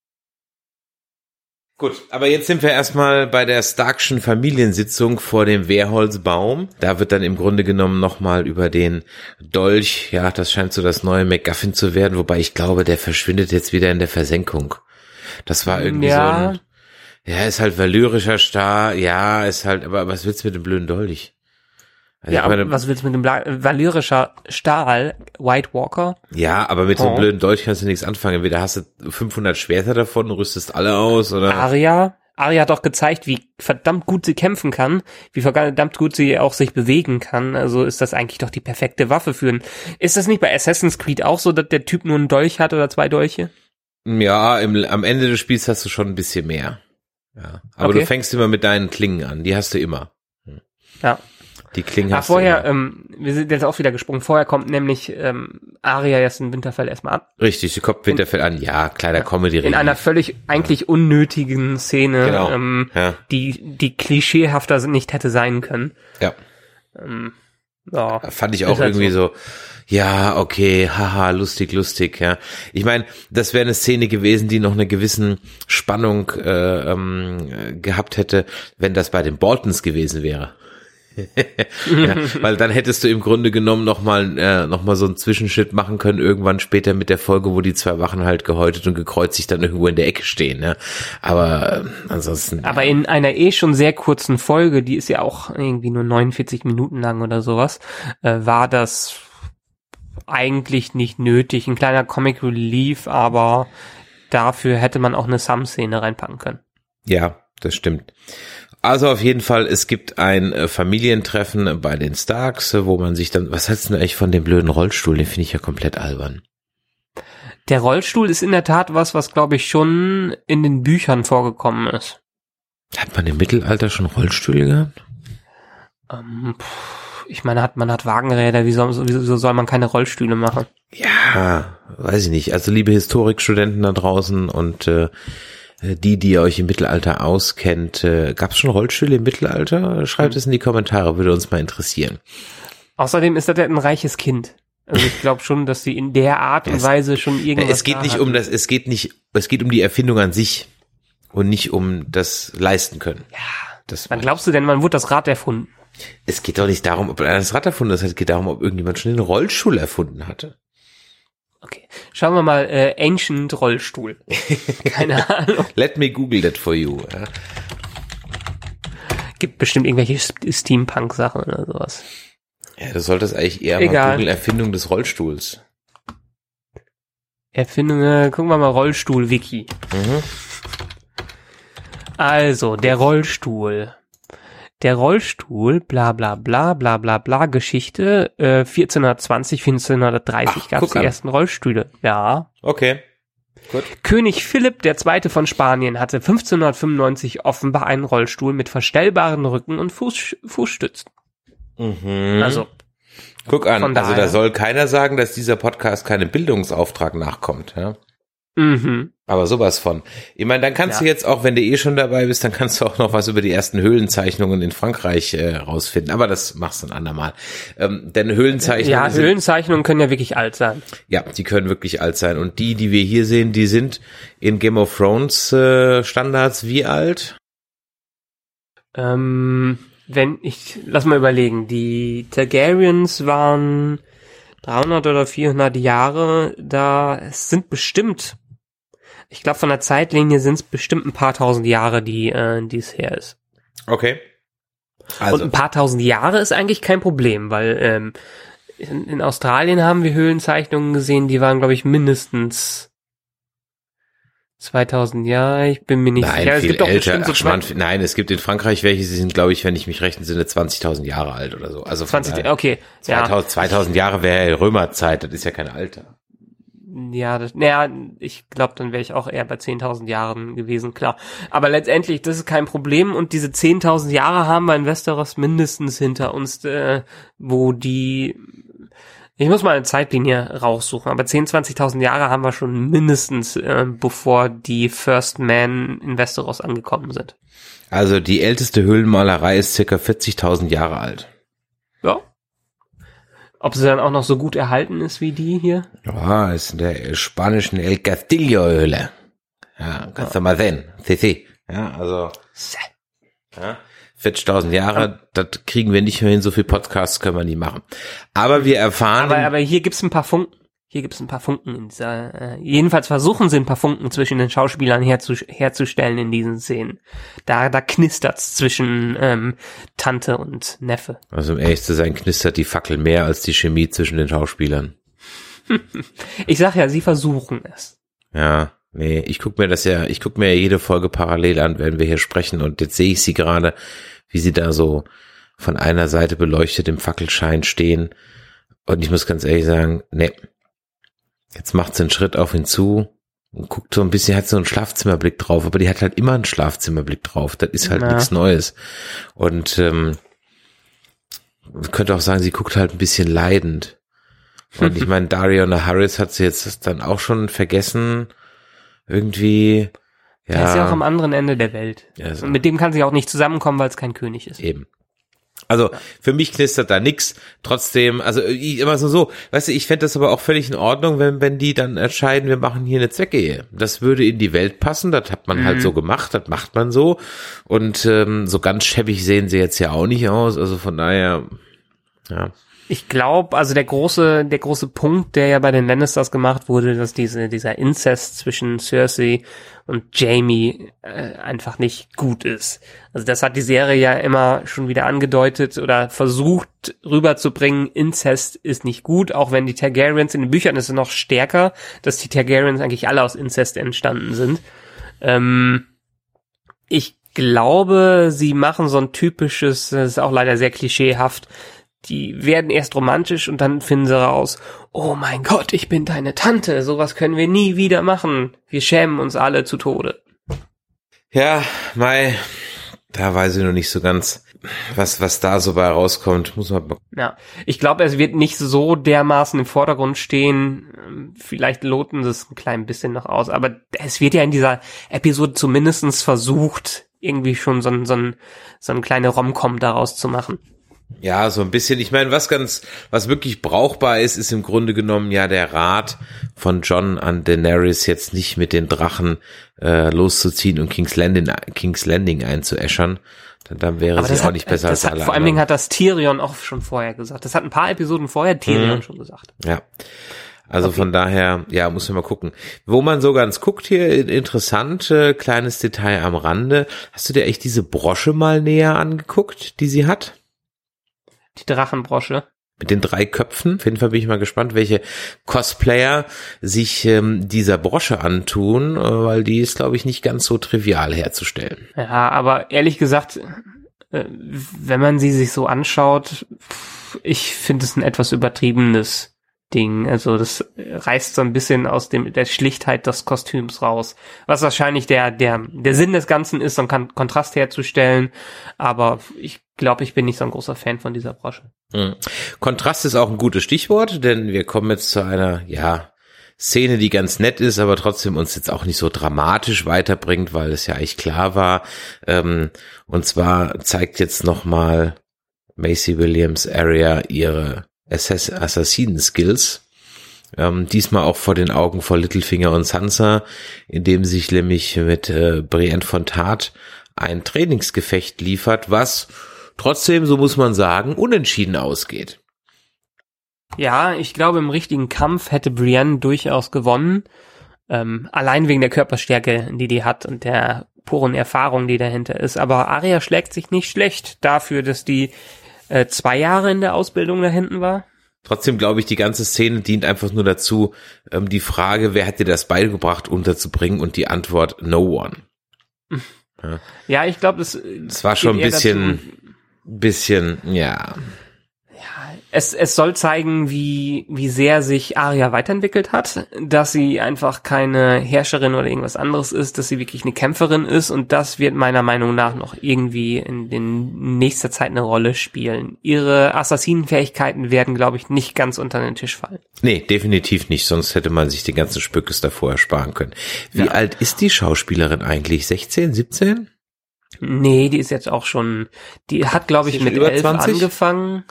Gut, aber jetzt sind wir erstmal bei der Starkschen Familiensitzung vor dem Wehrholzbaum. Da wird dann im Grunde genommen nochmal über den Dolch, ja, das scheint so das neue MacGuffin zu werden, wobei ich glaube, der verschwindet jetzt wieder in der Versenkung. Das war irgendwie so ein, ist halt valyrischer Star, ja, ist halt, aber was willst du mit dem blöden Dolch? Also ja, aber was willst du mit dem valyrischer Stahl, White Walker? Ja, aber mit so einem blöden Dolch kannst du nichts anfangen. Entweder hast du 500 Schwerter davon, rüstest alle aus, oder? Arya hat doch gezeigt, wie verdammt gut sie kämpfen kann, wie verdammt gut sie auch sich bewegen kann. Also ist das eigentlich doch die perfekte Waffe für einen. Ist das nicht bei Assassin's Creed auch so, dass der Typ nur einen Dolch hat oder 2 Dolche? Ja, am Ende des Spiels hast du schon ein bisschen mehr. Ja, aber du fängst immer mit deinen Klingen an. Die hast du immer. Ja. Die Klingen hast vorher, wir sind jetzt auch wieder gesprungen, vorher kommt nämlich Arya jetzt in Winterfell erstmal an. Richtig, sie kommt Winterfell an, ja, kleiner Comedy. In einer völlig eigentlich unnötigen Szene, genau. Die klischeehafter nicht hätte sein können. Ja. Ja. Fand ich auch halt irgendwie so, ja, okay, haha, lustig, ja. Ich meine, das wäre eine Szene gewesen, die noch eine gewissen Spannung gehabt hätte, wenn das bei den Boltons gewesen wäre. Ja, weil dann hättest du im Grunde genommen noch mal so einen Zwischenschritt machen können, irgendwann später mit der Folge, wo die zwei Wachen halt gehäutet und gekreuzigt dann irgendwo in der Ecke stehen, ne? Aber ansonsten. Aber in einer schon sehr kurzen Folge, die ist ja auch irgendwie nur 49 Minuten lang oder sowas, war das eigentlich nicht nötig. Ein kleiner Comic Relief, aber dafür hätte man auch eine Sam-Szene reinpacken können. Ja, das stimmt. Also auf jeden Fall, es gibt ein Familientreffen bei den Starks, wo man sich dann, was hältst du eigentlich von dem blöden Rollstuhl? Den finde ich ja komplett albern. Der Rollstuhl ist in der Tat was glaube ich schon in den Büchern vorgekommen ist. Hat man im Mittelalter schon Rollstühle gehabt? Ich meine, man hat Wagenräder, wieso soll man keine Rollstühle machen? Ja, weiß ich nicht. Also liebe Historikstudenten da draußen und die ihr euch im Mittelalter auskennt, gab es schon Rollstühle im Mittelalter? Schreibt es in die Kommentare, würde uns mal interessieren. Außerdem ist das ja ein reiches Kind. Also ich glaube schon, dass sie in der Art und Weise schon irgendwas es geht nicht um das, es geht um die Erfindung an sich und nicht um das leisten können. Ja. Wann glaubst du denn, wann wurde das Rad erfunden? Es geht doch nicht darum, ob einer das Rad erfunden hat, es geht darum, ob irgendjemand schon den Rollstuhl erfunden hatte. Okay, schauen wir mal, Ancient Rollstuhl. Keine Ahnung. Let me Google that for you. Ja. Gibt bestimmt irgendwelche Steampunk-Sachen oder sowas. Ja, du solltest eigentlich eher mal googeln, Erfindung des Rollstuhls. Gucken wir mal Rollstuhl-Wiki. Also, der Rollstuhl. Der Rollstuhl, bla bla bla bla bla bla, Geschichte, 1420, 1430 gab es die ersten Rollstühle. Ja. Okay, gut. König Philipp II. Von Spanien hatte 1595 offenbar einen Rollstuhl mit verstellbaren Rücken- und Fußstützen. Also. Guck an, also da soll keiner sagen, dass dieser Podcast keinem Bildungsauftrag nachkommt, ja. Aber sowas von. Ich meine, dann kannst du jetzt auch, wenn du schon dabei bist, dann kannst du auch noch was über die ersten Höhlenzeichnungen in Frankreich rausfinden. Aber das machst du ein andermal. Denn Höhlenzeichnungen... Ja, Höhlenzeichnungen können ja wirklich alt sein. Ja, die können wirklich alt sein. Und die wir hier sehen, die sind in Game of Thrones Standards wie alt? Lass mal überlegen. Die Targaryens waren 300 oder 400 Jahre. Es sind bestimmt... Ich glaube, von der Zeitlinie sind es bestimmt ein paar tausend Jahre, die es her ist. Okay. Also. Und ein paar tausend Jahre ist eigentlich kein Problem, weil in Australien haben wir Höhlenzeichnungen gesehen, die waren, glaube ich, mindestens 2000 Jahre. Ich bin mir nicht sicher. Viel älter. Nein, es gibt in Frankreich welche, sie sind, glaube ich, wenn ich mich recht entsinne, 20.000 Jahre alt oder so. Also 20, okay. 2000 Jahre wäre ja Römerzeit, das ist ja kein Alter. Ja, ich glaube, dann wäre ich auch eher bei 10.000 Jahren gewesen, klar. Aber letztendlich, das ist kein Problem und diese 10.000 Jahre haben wir in Westeros mindestens hinter uns, wo ich muss mal eine Zeitlinie raussuchen, aber 20.000 Jahre haben wir schon mindestens, bevor die First Men in Westeros angekommen sind. Also die älteste Höhlenmalerei ist circa 40.000 Jahre alt. Ja. Ob sie dann auch noch so gut erhalten ist wie die hier? Ja, ist in der spanischen El Castillo-Höhle. Ja, kannst du mal sehen. CC. Ja, also 40.000 Jahre, das kriegen wir nicht mehr hin, so viel Podcasts können wir nie machen. Aber wir erfahren... Aber hier gibt's ein paar Funken. In dieser, jedenfalls versuchen sie ein paar Funken zwischen den Schauspielern herzustellen in diesen Szenen. Da knistert's zwischen Tante und Neffe. Also um ehrlich zu sein, knistert die Fackel mehr als die Chemie zwischen den Schauspielern. Ich sag ja, sie versuchen es. Ja, nee, ich guck mir jede Folge parallel an, wenn wir hier sprechen und jetzt sehe ich sie gerade, wie sie da so von einer Seite beleuchtet im Fackelschein stehen und ich muss ganz ehrlich sagen, nee. Jetzt macht sie einen Schritt auf ihn zu und guckt so ein bisschen, hat so einen Schlafzimmerblick drauf, aber die hat halt immer einen Schlafzimmerblick drauf. Das ist halt nichts Neues. Und man könnte auch sagen, sie guckt halt ein bisschen leidend. Und ich meine, Dariana Harris hat sie jetzt dann auch schon vergessen. Irgendwie, ja. Er ist ja auch am anderen Ende der Welt. Ja, also. Und mit dem kann sie auch nicht zusammenkommen, weil es kein König ist. Eben. Also für mich knistert da nix. Trotzdem, also immer so, weißt du, ich fände das aber auch völlig in Ordnung, wenn die dann entscheiden, wir machen hier eine Zweckehe. Das würde in die Welt passen, das hat man halt so gemacht, das macht man so. Und so ganz schäbig sehen sie jetzt ja auch nicht aus, also von daher, ja. Ich glaube, also der große Punkt, der ja bei den Lannisters gemacht wurde, dass dieser Inzest zwischen Cersei und Jaime einfach nicht gut ist. Also das hat die Serie ja immer schon wieder angedeutet oder versucht rüberzubringen. Inzest ist nicht gut, auch wenn die Targaryens in den Büchern ist es noch stärker, dass die Targaryens eigentlich alle aus Inzest entstanden sind. Ich glaube, sie machen so ein typisches, das ist auch leider sehr klischeehaft, die werden erst romantisch und dann finden sie raus, oh mein Gott, ich bin deine Tante, sowas können wir nie wieder machen. Wir schämen uns alle zu Tode. Ja, da weiß ich noch nicht so ganz, was da so bei rauskommt. Muss man. Ja, ich glaube, es wird nicht so dermaßen im Vordergrund stehen. Vielleicht loten sie es ein klein bisschen noch aus, aber es wird ja in dieser Episode zumindestens versucht, irgendwie schon so ein kleine Rom-Com daraus zu machen. Ja, so ein bisschen. Ich meine, was wirklich brauchbar ist im Grunde genommen ja der Rat von Jon an Daenerys, jetzt nicht mit den Drachen loszuziehen und King's Landing einzuäschern. Dann wäre sie auch nicht besser als alle anderen. Vor allen Dingen hat das Tyrion auch schon vorher gesagt. Das hat ein paar Episoden vorher Tyrion schon gesagt. Ja. Also okay. Von daher, ja, muss man mal gucken. Wo man so ganz guckt hier, interessant, kleines Detail am Rande. Hast du dir echt diese Brosche mal näher angeguckt, die sie hat? Die Drachenbrosche. Mit den 3 Köpfen. Auf jeden Fall bin ich mal gespannt, welche Cosplayer sich dieser Brosche antun, weil die ist, glaube ich, nicht ganz so trivial herzustellen. Ja, aber ehrlich gesagt, wenn man sie sich so anschaut, ich finde es ein etwas übertriebenes Ding. Also das reißt so ein bisschen aus der Schlichtheit des Kostüms raus. Was wahrscheinlich der Sinn des Ganzen ist, so einen Kontrast herzustellen. Aber ich glaube, ich bin nicht so ein großer Fan von dieser Brosche. Kontrast ist auch ein gutes Stichwort, denn wir kommen jetzt zu einer, Szene, die ganz nett ist, aber trotzdem uns jetzt auch nicht so dramatisch weiterbringt, weil es ja eigentlich klar war. Und zwar zeigt jetzt nochmal Maisie Williams Arya ihre Assassinen-Skills. Diesmal auch vor den Augen von Littlefinger und Sansa, indem sich nämlich mit Brienne von Tarth ein Trainingsgefecht liefert, was trotzdem, so muss man sagen, unentschieden ausgeht. Ja, ich glaube, im richtigen Kampf hätte Brienne durchaus gewonnen. Allein wegen der Körperstärke, die hat und der puren Erfahrung, die dahinter ist. Aber Arya schlägt sich nicht schlecht dafür, dass die 2 Jahre in der Ausbildung da hinten war. Trotzdem glaube ich, die ganze Szene dient einfach nur dazu, die Frage, wer hat dir das beigebracht, unterzubringen und die Antwort, no one. Ja, ich glaube, das war schon ein bisschen, ja. Es soll zeigen, wie sehr sich Arya weiterentwickelt hat, dass sie einfach keine Herrscherin oder irgendwas anderes ist, dass sie wirklich eine Kämpferin ist und das wird meiner Meinung nach noch irgendwie in nächster Zeit eine Rolle spielen. Ihre Assassinenfähigkeiten werden, glaube ich, nicht ganz unter den Tisch fallen. Nee, definitiv nicht, sonst hätte man sich den ganzen Spückes davor ersparen können. Wie alt ist die Schauspielerin eigentlich? 16, 17? Nee, die ist jetzt auch schon, die hat, glaube ich, mit 11 angefangen.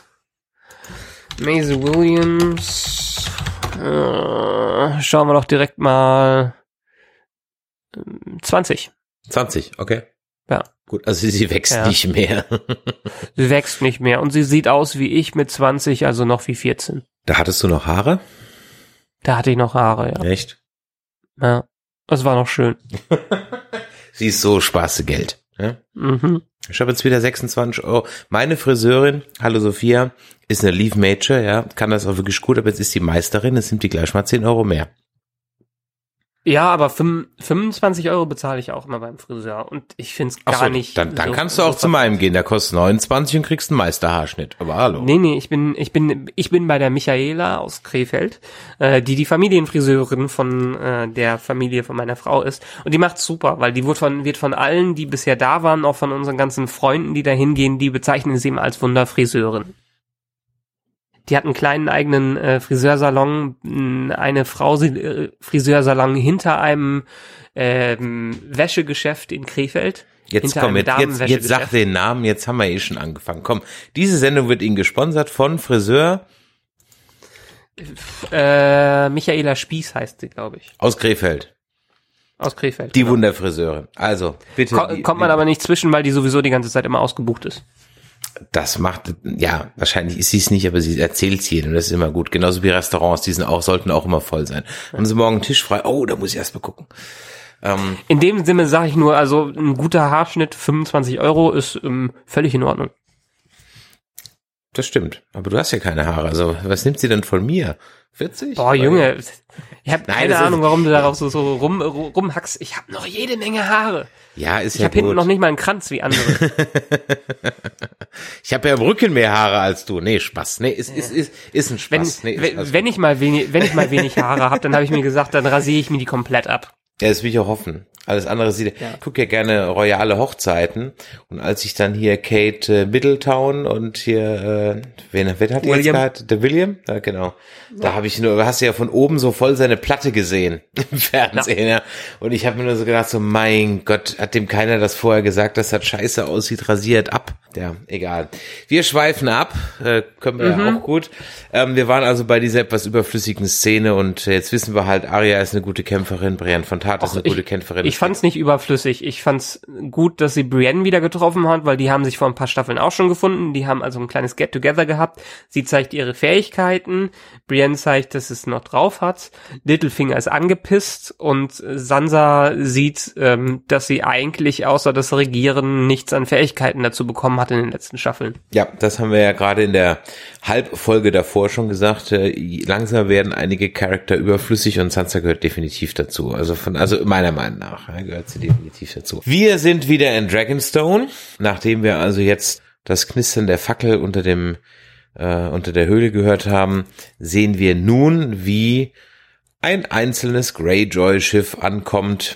Maisie Williams, schauen wir doch direkt mal 20. 20, okay. Ja. Gut, also sie wächst nicht mehr. Sie wächst nicht mehr und sie sieht aus wie ich mit 20, also noch wie 14. Da hattest du noch Haare? Da hatte ich noch Haare, ja. Echt? Ja, das war noch schön. Sie ist so Spaßegeld. Ja? Mhm. Ich habe jetzt wieder 26 €. Meine Friseurin, hallo Sophia, ist eine Leave Major, ja, kann das auch wirklich gut, aber jetzt ist die Meisterin, jetzt nimmt die gleich mal 10 € mehr. Ja, aber 25 € bezahle ich auch immer beim Friseur und ich finde es gar nicht. Dann so, kannst du auch zu meinem gehen, der kostet 29 und kriegst einen Meisterhaarschnitt, aber hallo. Nee, ich bin bei der Michaela aus Krefeld, die Familienfriseurin von der Familie von meiner Frau ist und die macht's super, weil die wird von allen, die bisher da waren, auch von unseren ganzen Freunden, die da hingehen, die bezeichnen sie immer als Wunderfriseurin. Die hat einen kleinen eigenen Friseursalon, eine Frau Friseursalon hinter einem Wäschegeschäft in Krefeld. Jetzt komm, jetzt sag den Namen, jetzt haben wir schon angefangen. Komm, diese Sendung wird Ihnen gesponsert von Friseur Michaela Spieß heißt sie, glaube ich. Aus Krefeld. Aus Krefeld. Die Wunderfriseure. Also, bitte. Kommt man aber nicht zwischen, weil die sowieso die ganze Zeit immer ausgebucht ist. Das macht, ja, wahrscheinlich ist sie es nicht, aber sie erzählt es jedem, das ist immer gut. Genauso wie Restaurants, sollten auch immer voll sein. Haben sie morgen einen Tisch frei? Oh, da muss ich erst mal gucken. In dem Sinne sage ich nur, also ein guter Haarschnitt, 25 € ist völlig in Ordnung. Das stimmt, aber du hast ja keine Haare, also was nimmt sie denn von mir? 40? Boah, Junge, ich habe keine Ahnung, warum du darauf so rumhackst. Ich habe noch jede Menge Haare. Ja, ist ich ja hab hinten noch nicht mal einen Kranz wie andere. Ich habe ja im Rücken mehr Haare als du. Nee, Spaß. Nee, ist ein Spaß. Wenn ich mal wenig Haare habe, dann habe ich mir gesagt, dann rasiere ich mir die komplett ab. Ja, das will ich auch hoffen. Alles andere ich gucke ja gerne royale Hochzeiten. Und als ich dann hier Kate Middletown und hier, wen hat die jetzt gehabt? Der William? Ja, genau. Da hast du ja von oben so voll seine Platte gesehen im Fernsehen, ja. Und ich habe mir nur so gedacht, so mein Gott, hat dem keiner das vorher gesagt, dass das scheiße aussieht, rasiert ab. Ja, egal. Wir schweifen ab, können wir ja auch gut. Wir waren also bei dieser etwas überflüssigen Szene und jetzt wissen wir halt, Arya ist eine gute Kämpferin, Brienne von Tarth ist eine gute Kämpferin. Ich fand's nicht überflüssig. Ich fand's gut, dass sie Brienne wieder getroffen hat, weil die haben sich vor ein paar Staffeln auch schon gefunden. Die haben also ein kleines Get-Together gehabt. Sie zeigt ihre Fähigkeiten. Brienne zeigt, dass es noch drauf hat. Littlefinger ist angepisst und Sansa sieht, dass sie eigentlich außer das Regieren nichts an Fähigkeiten dazu bekommen hat in den letzten Staffeln. Ja, das haben wir ja gerade in der Halbfolge davor schon gesagt. Langsam werden einige Charakter überflüssig und Sansa gehört definitiv dazu. Also meiner Meinung nach gehört sie definitiv dazu. Wir sind wieder in Dragonstone, nachdem wir also jetzt das Knistern der Fackel unter der Höhle gehört haben, sehen wir nun, wie ein einzelnes Greyjoy-Schiff ankommt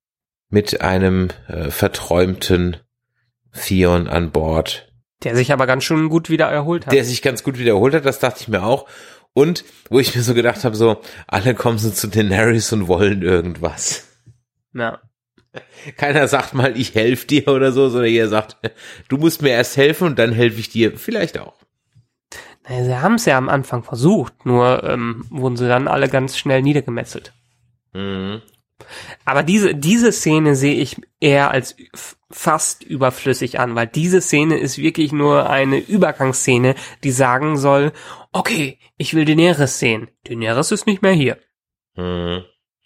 mit einem verträumten Theon an Bord. Der sich aber ganz schön gut wieder erholt hat. Das dachte ich mir auch. Und wo ich mir so gedacht habe, so, alle kommen so zu Daenerys und wollen irgendwas. Ja. Keiner sagt mal, ich helfe dir oder so, sondern jeder sagt, du musst mir erst helfen und dann helfe ich dir vielleicht auch. Naja, sie haben es ja am Anfang versucht, nur wurden sie dann alle ganz schnell niedergemetzelt. Mhm. Aber diese Szene sehe ich eher als fast überflüssig an, weil diese Szene ist wirklich nur eine Übergangsszene, die sagen soll, okay, ich will Daenerys sehen. Daenerys ist nicht mehr hier. Mhm.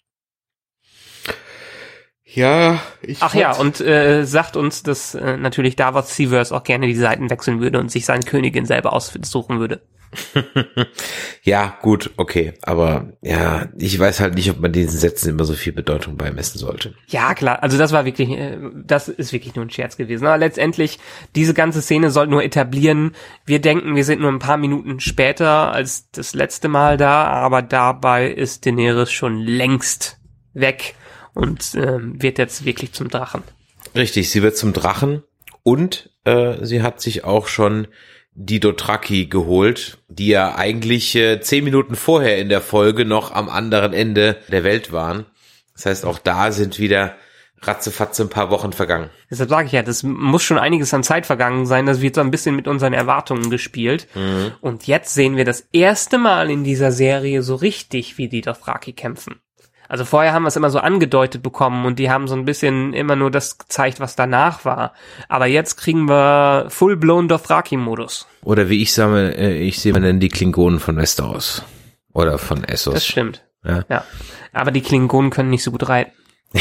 Ja, und sagt uns, dass natürlich Davos Seaverse auch gerne die Seiten wechseln würde und sich seine Königin selber aussuchen würde. Ja, gut, okay, aber ja, ich weiß halt nicht, ob man diesen Sätzen immer so viel Bedeutung beimessen sollte. Ja, klar, also das ist wirklich nur ein Scherz gewesen. Aber letztendlich, diese ganze Szene soll nur etablieren, wir denken, wir sind nur ein paar Minuten später als das letzte Mal da, aber dabei ist Daenerys schon längst weg. Und wird jetzt wirklich zum Drachen. Richtig, sie wird zum Drachen und sie hat sich auch schon die Dothraki geholt, die ja eigentlich 10 Minuten vorher in der Folge noch am anderen Ende der Welt waren. Das heißt, auch da sind wieder ratzefatze ein paar Wochen vergangen. Deshalb sage ich ja, das muss schon einiges an Zeit vergangen sein. Das wird so ein bisschen mit unseren Erwartungen gespielt. Mhm. Und jetzt sehen wir das erste Mal in dieser Serie so richtig, wie die Dothraki kämpfen. Also vorher haben wir es immer so angedeutet bekommen und die haben so ein bisschen immer nur das gezeigt, was danach war. Aber jetzt kriegen wir full-blown Dothraki-Modus. Oder wie ich sage, ich sehe mal die Klingonen von Westeros. Oder von Essos. Das stimmt. Ja. Aber die Klingonen können nicht so gut reiten.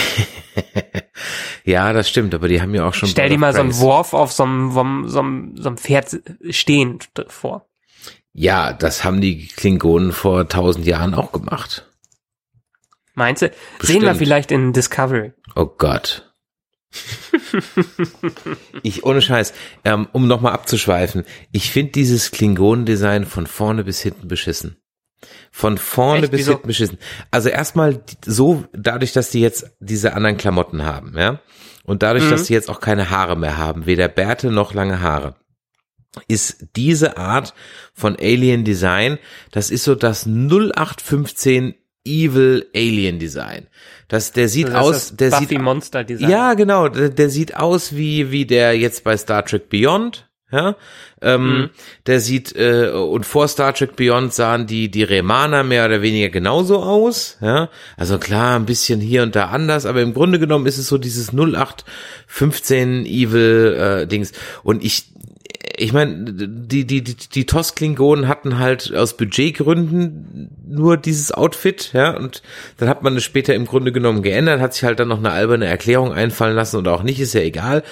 Ja, das stimmt, aber die haben ja auch schon... Stell dir mal so einen Worf auf so einem Pferd stehend vor. Ja, das haben die Klingonen vor 1000 Jahren auch gemacht. Meinst du? Bestimmt. Sehen wir vielleicht in Discovery. Oh Gott. Ohne Scheiß, um nochmal abzuschweifen, ich finde dieses Klingonen-Design von vorne bis hinten beschissen. Von vorne bis hinten beschissen. Also erstmal so, dadurch, dass die jetzt diese anderen Klamotten haben, ja, und dadurch, dass die jetzt auch keine Haare mehr haben, weder Bärte noch lange Haare. ist diese Art von Alien Design, das ist so das 0815 Evil Alien Design. Der sieht aus, der Buffy sieht Monster Design. Ja, genau, der sieht aus wie der jetzt bei Star Trek Beyond, ja. Der sieht und vor Star Trek Beyond sahen die Remaner mehr oder weniger genauso aus, ja. Also klar, ein bisschen hier und da anders, aber im Grunde genommen ist es so dieses 0815 Evil Dings. Und ich meine, die TOS-Klingonen hatten halt aus Budgetgründen nur dieses Outfit, ja, und dann hat man es später im Grunde genommen geändert, hat sich halt dann noch eine alberne Erklärung einfallen lassen oder auch nicht, ist ja egal.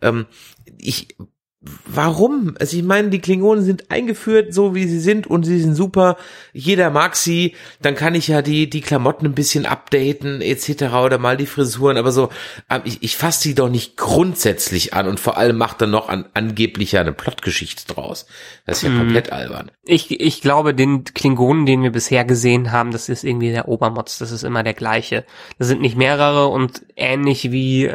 Warum? Also ich meine, die Klingonen sind eingeführt, so wie sie sind, und sie sind super. Jeder mag sie. Dann kann ich ja die Klamotten ein bisschen updaten etc. oder mal die Frisuren. Aber so, ich fasse sie doch nicht grundsätzlich an und vor allem macht dann noch angeblich eine Plotgeschichte draus. Das ist ja komplett albern. Ich glaube, den Klingonen, den wir bisher gesehen haben, das ist irgendwie der Obermotz. Das ist immer der gleiche. Das sind nicht mehrere und ähnlich wie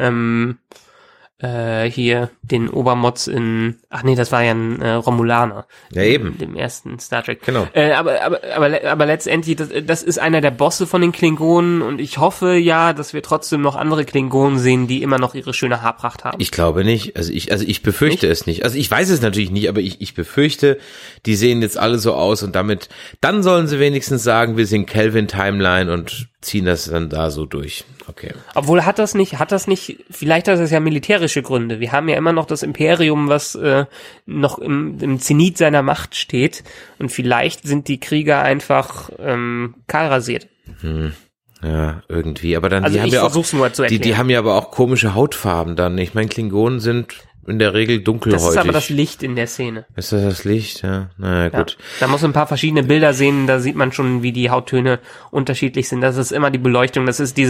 hier den Obermotz das war ja ein Romulaner. Ja, eben. Dem ersten Star Trek. Genau. Aber letztendlich, das ist einer der Bosse von den Klingonen und ich hoffe ja, dass wir trotzdem noch andere Klingonen sehen, die immer noch ihre schöne Haarpracht haben. Ich glaube nicht. Also ich befürchte es nicht. Also ich weiß es natürlich nicht, aber ich befürchte, die sehen jetzt alle so aus und dann sollen sie wenigstens sagen, wir sind Kelvin Timeline und ziehen das dann da so durch. Okay. Obwohl hat das nicht, vielleicht hat das ja militärische Gründe. Wir haben ja immer noch das Imperium, was noch im Zenit seiner Macht steht und vielleicht sind die Krieger einfach kahlrasiert. Ja, irgendwie. Aber dann, also die haben ja auch, nur zu erklären. Die haben ja aber auch komische Hautfarben dann. Ich meine, Klingonen sind in der Regel dunkelhäutig. Das ist aber das Licht in der Szene. Ist das Licht? Ja, naja, gut. Ja, da muss man ein paar verschiedene Bilder sehen, da sieht man schon, wie die Hauttöne unterschiedlich sind. Das ist immer die Beleuchtung, das ist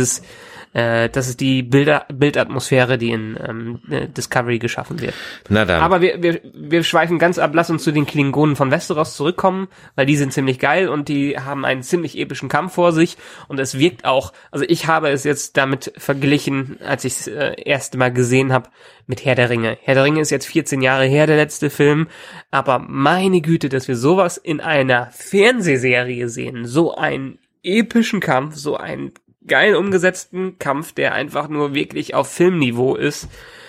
die Bildatmosphäre, die in Discovery geschaffen wird. Na dann. Aber wir schweifen ganz ab, lass uns zu den Klingonen von Westeros zurückkommen, weil die sind ziemlich geil und die haben einen ziemlich epischen Kampf vor sich und es wirkt auch, also ich habe es jetzt damit verglichen, als ich es erste Mal gesehen habe, mit Herr der Ringe. Herr der Ringe ist jetzt 14 Jahre her, der letzte Film, aber meine Güte, dass wir sowas in einer Fernsehserie sehen, so einen epischen Kampf, so einen geil umgesetzten Kampf, der einfach nur wirklich auf Filmniveau ist,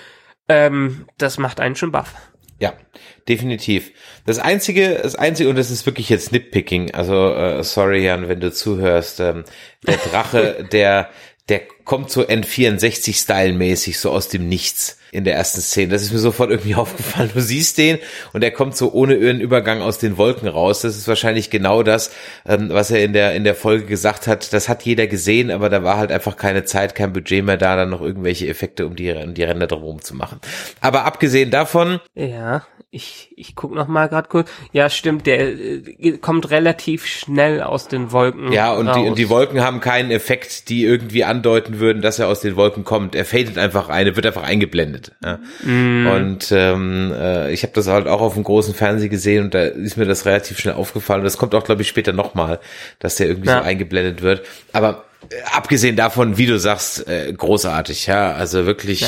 das macht einen schon baff. Ja, definitiv. Das einzige, und das ist wirklich jetzt Nitpicking, also sorry Jan, wenn du zuhörst, der Drache, der kommt so N64-Style-mäßig so aus dem Nichts in der ersten Szene. Das ist mir sofort irgendwie aufgefallen. Du siehst den und er kommt so ohne ihren Übergang aus den Wolken raus. Das ist wahrscheinlich genau das, was er in der Folge gesagt hat. Das hat jeder gesehen, aber da war halt einfach keine Zeit, kein Budget mehr da, dann noch irgendwelche Effekte um die Ränder drumherum zu machen. Aber abgesehen davon... Ja, ich guck noch mal gerade kurz. Ja, stimmt, der kommt relativ schnell aus den Wolken. Ja, und die Wolken haben keinen Effekt, die irgendwie andeuten würden, dass er aus den Wolken kommt. Er fadet einfach wird einfach eingeblendet. Ja. Und ich habe das halt auch auf dem großen Fernseher gesehen und da ist mir das relativ schnell aufgefallen. Und das kommt auch, glaube ich, später nochmal, dass der irgendwie so eingeblendet wird. Aber abgesehen davon, wie du sagst, großartig, ja, also wirklich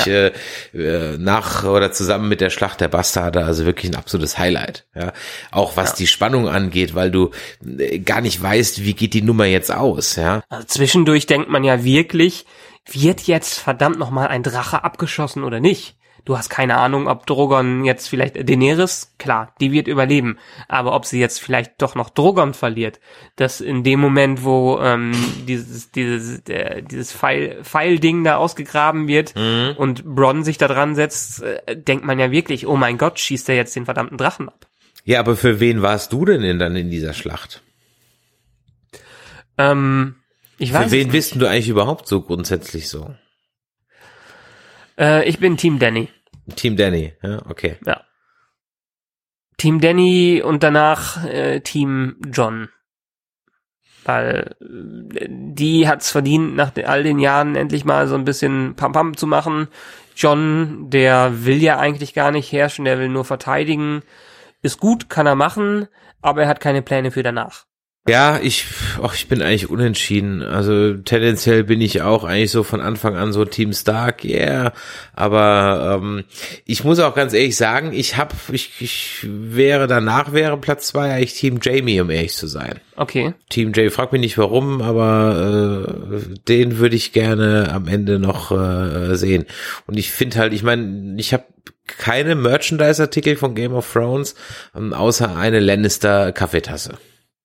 nach oder zusammen mit der Schlacht der Bastarde, also wirklich ein absolutes Highlight, ja, auch was die Spannung angeht, weil du gar nicht weißt, wie geht die Nummer jetzt aus, ja. Also zwischendurch denkt man ja wirklich, wird jetzt verdammt nochmal ein Drache abgeschossen oder nicht? Du hast keine Ahnung, ob Drogon jetzt vielleicht Daenerys, klar, die wird überleben, aber ob sie jetzt vielleicht doch noch Drogon verliert, dass in dem Moment, wo dieses Pfeilding da ausgegraben wird und Bronn sich da dran setzt, denkt man ja wirklich, oh mein Gott, schießt er jetzt den verdammten Drachen ab. Ja, aber für wen warst du denn dann in dieser Schlacht? Ich weiß für wen bist du eigentlich überhaupt so grundsätzlich so? Ich bin Team Danny. Team Danny, ja, okay. Ja. Team Danny und danach Team Jon. Weil die hat's verdient, nach all den Jahren endlich mal so ein bisschen Pam-Pam zu machen. Jon, der will ja eigentlich gar nicht herrschen, der will nur verteidigen. Ist gut, kann er machen, aber er hat keine Pläne für danach. Ja, ich bin eigentlich unentschieden. Also tendenziell bin ich auch eigentlich so von Anfang an so Team Stark, aber ich muss auch ganz ehrlich sagen, wäre Platz 2 eigentlich Team Jamie, um ehrlich zu sein. Okay. Team Jamie, frag mich nicht warum, aber den würde ich gerne am Ende noch sehen. Und ich finde halt, ich meine, ich habe keine Merchandise-Artikel von Game of Thrones, außer eine Lannister-Kaffeetasse.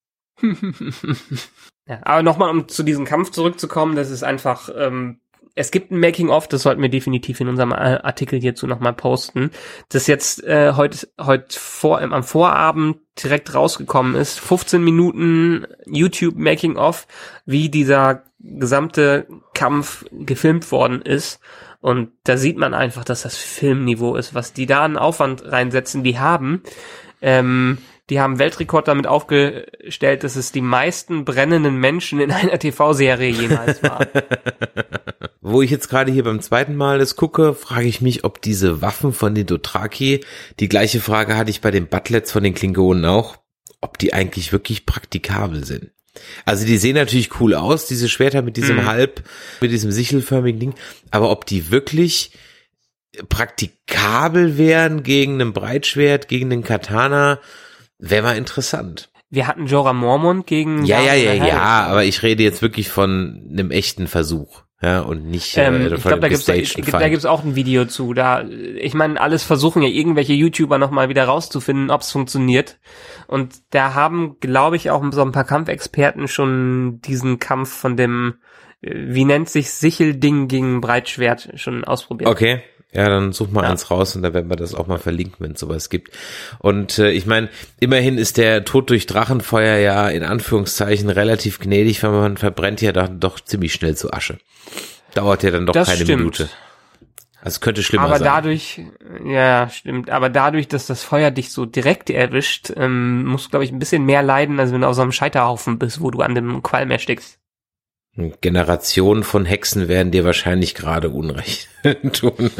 Ja, aber nochmal, um zu diesem Kampf zurückzukommen, das ist einfach, es gibt ein Making-of, das sollten wir definitiv in unserem Artikel hierzu nochmal posten, das jetzt am Vorabend direkt rausgekommen ist, 15 Minuten YouTube Making-of, wie dieser gesamte Kampf gefilmt worden ist. Und da sieht man einfach, dass das Filmniveau ist, was die da an Aufwand reinsetzen, die haben Weltrekord damit aufgestellt, dass es die meisten brennenden Menschen in einer TV-Serie jemals waren. Wo ich jetzt gerade hier beim zweiten Mal das gucke, frage ich mich, ob diese Waffen von den Dothraki, die gleiche Frage hatte ich bei den Butlets von den Klingonen auch, ob die eigentlich wirklich praktikabel sind. Also die sehen natürlich cool aus, diese Schwerter mit diesem mit diesem sichelförmigen Ding, aber ob die wirklich praktikabel wären gegen ein Breitschwert, gegen den Katana, wäre mal interessant. Wir hatten Jorah Mormont gegen... Ja, aber ich rede jetzt wirklich von einem echten Versuch. Ja, und nicht ich glaube, da gibt's auch ein Video zu. Ich meine, alles versuchen ja irgendwelche YouTuber nochmal wieder rauszufinden, ob es funktioniert. Und da haben, glaube ich, auch so ein paar Kampfexperten schon diesen Kampf von dem, wie nennt sich, Sichelding gegen Breitschwert schon ausprobiert. Okay. Ja, dann such mal eins raus und da werden wir das auch mal verlinken, wenn es sowas gibt. Und ich meine, immerhin ist der Tod durch Drachenfeuer ja in Anführungszeichen relativ gnädig, weil man verbrennt ja doch ziemlich schnell zu Asche. Dauert ja dann doch keine Minute. Also könnte schlimmer sein. Aber dadurch, dass das Feuer dich so direkt erwischt, musst du, glaube ich, ein bisschen mehr leiden, als wenn du auf so einem Scheiterhaufen bist, wo du an dem Qualm erstickst. Generationen von Hexen werden dir wahrscheinlich gerade Unrecht tun.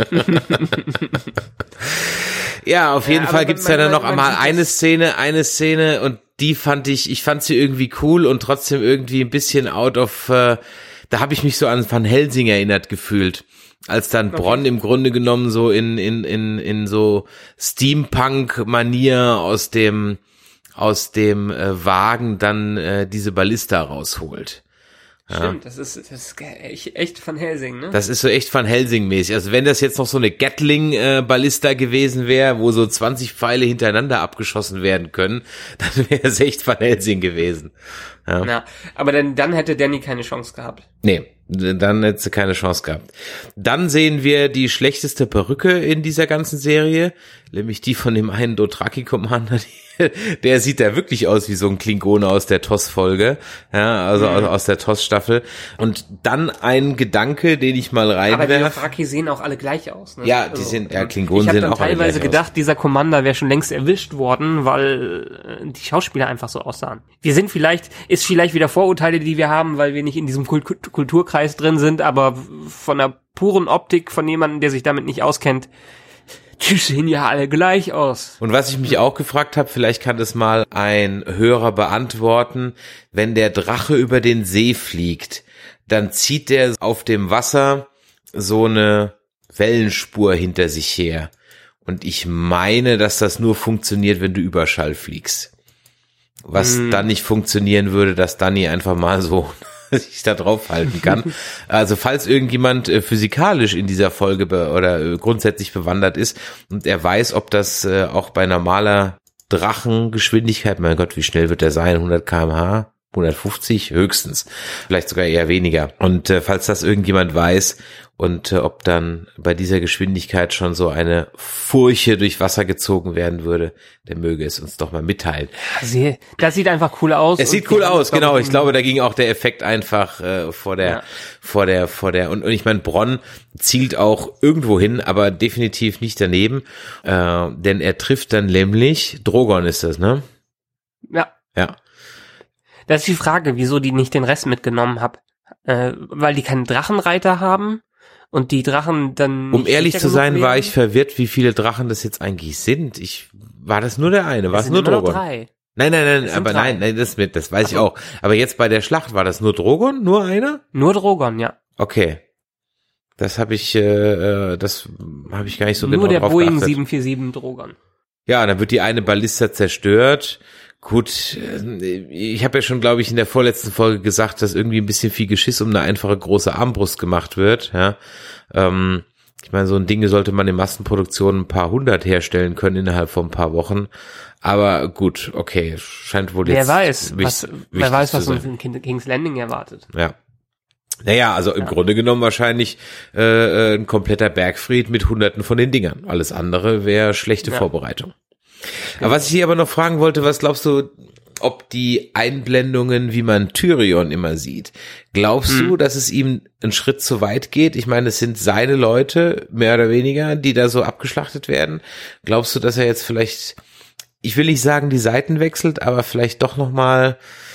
Ja, auf jeden Fall gibt's ja dann noch einmal eine Szene und die fand ich fand sie irgendwie cool und trotzdem irgendwie ein bisschen out of, da habe ich mich so an Van Helsing erinnert gefühlt. Als dann Bronn im Grunde genommen so in so Steampunk-Manier aus dem Wagen dann diese Ballista rausholt. Stimmt, das ist echt Van Helsing, ne? Das ist so echt Van Helsing-mäßig. Also wenn das jetzt noch so eine Gatling-Ballista gewesen wäre, wo so 20 Pfeile hintereinander abgeschossen werden können, dann wäre es echt Van Helsing gewesen. Ja, aber dann hätte Danny keine Chance gehabt. Nee, dann hätte sie keine Chance gehabt. Dann sehen wir die schlechteste Perücke in dieser ganzen Serie, nämlich die von dem einen Dothraki-Commander. Der sieht da wirklich aus wie so ein Klingone aus der TOS-Folge, ja, also aus der TOS-Staffel. Und dann ein Gedanke, den ich mal reinwerfe. Aber die Dothraki sehen auch alle gleich aus, ne? Ja, Klingonen sehen auch alle gleich aus. Ich habe teilweise gedacht, dieser Commander wäre schon längst erwischt worden, weil die Schauspieler einfach so aussahen. Ist vielleicht wieder Vorurteile, die wir haben, weil wir nicht in diesem Kulturkreis drin sind, aber von der puren Optik von jemandem, der sich damit nicht auskennt, die sehen ja alle gleich aus. Und was ich mich auch gefragt habe, vielleicht kann das mal ein Hörer beantworten, wenn der Drache über den See fliegt, dann zieht der auf dem Wasser so eine Wellenspur hinter sich her. Und ich meine, dass das nur funktioniert, wenn du Überschall fliegst. Was dann nicht funktionieren würde, dass Dani einfach mal so sich da drauf halten kann. Also falls irgendjemand physikalisch in dieser Folge oder grundsätzlich bewandert ist und er weiß, ob das auch bei normaler Drachengeschwindigkeit, mein Gott, wie schnell wird der sein? 100 km/h? 150 höchstens, vielleicht sogar eher weniger. Und falls das irgendjemand weiß und ob dann bei dieser Geschwindigkeit schon so eine Furche durch Wasser gezogen werden würde, der möge es uns doch mal mitteilen. Das sieht einfach cool aus. Es sieht cool aus, genau. Ich glaube, da ging auch der Effekt einfach vor der und ich meine, Bronn zielt auch irgendwo hin, aber definitiv nicht daneben, denn er trifft dann nämlich Drogon ist das, ne? Ja. Das ist die Frage, wieso die nicht den Rest mitgenommen haben. Weil die keinen Drachenreiter haben und die Drachen dann... Um ehrlich zu sein, war ich verwirrt, wie viele Drachen das jetzt eigentlich sind. War das nur der eine? War es nur Drogon? 3. Nein, das weiß ich auch. Aber jetzt bei der Schlacht, war das nur Drogon? Nur einer? Nur Drogon, ja. Okay. Das habe ich gar nicht so genau drauf geachtet. Nur der Boeing 747 Drogon. Ja, dann wird die eine Ballista zerstört. Gut, ich habe ja schon, glaube ich, in der vorletzten Folge gesagt, dass irgendwie ein bisschen viel Geschiss um eine einfache große Armbrust gemacht wird. Ja, ich meine, so ein Ding sollte man in Massenproduktion ein paar hundert herstellen können innerhalb von ein paar Wochen. Aber gut, okay, scheint wohl jetzt. Wer weiß, was uns in King's Landing erwartet. Ja. Naja, also im Grunde genommen wahrscheinlich ein kompletter Bergfried mit Hunderten von den Dingern. Alles andere wäre schlechte Vorbereitung. Aber was ich hier aber noch fragen wollte, was glaubst du, ob die Einblendungen, wie man Tyrion immer sieht, glaubst du, dass es ihm einen Schritt zu weit geht? Ich meine, es sind seine Leute, mehr oder weniger, die da so abgeschlachtet werden. Glaubst du, dass er jetzt vielleicht, ich will nicht sagen, die Seiten wechselt, aber vielleicht doch nochmal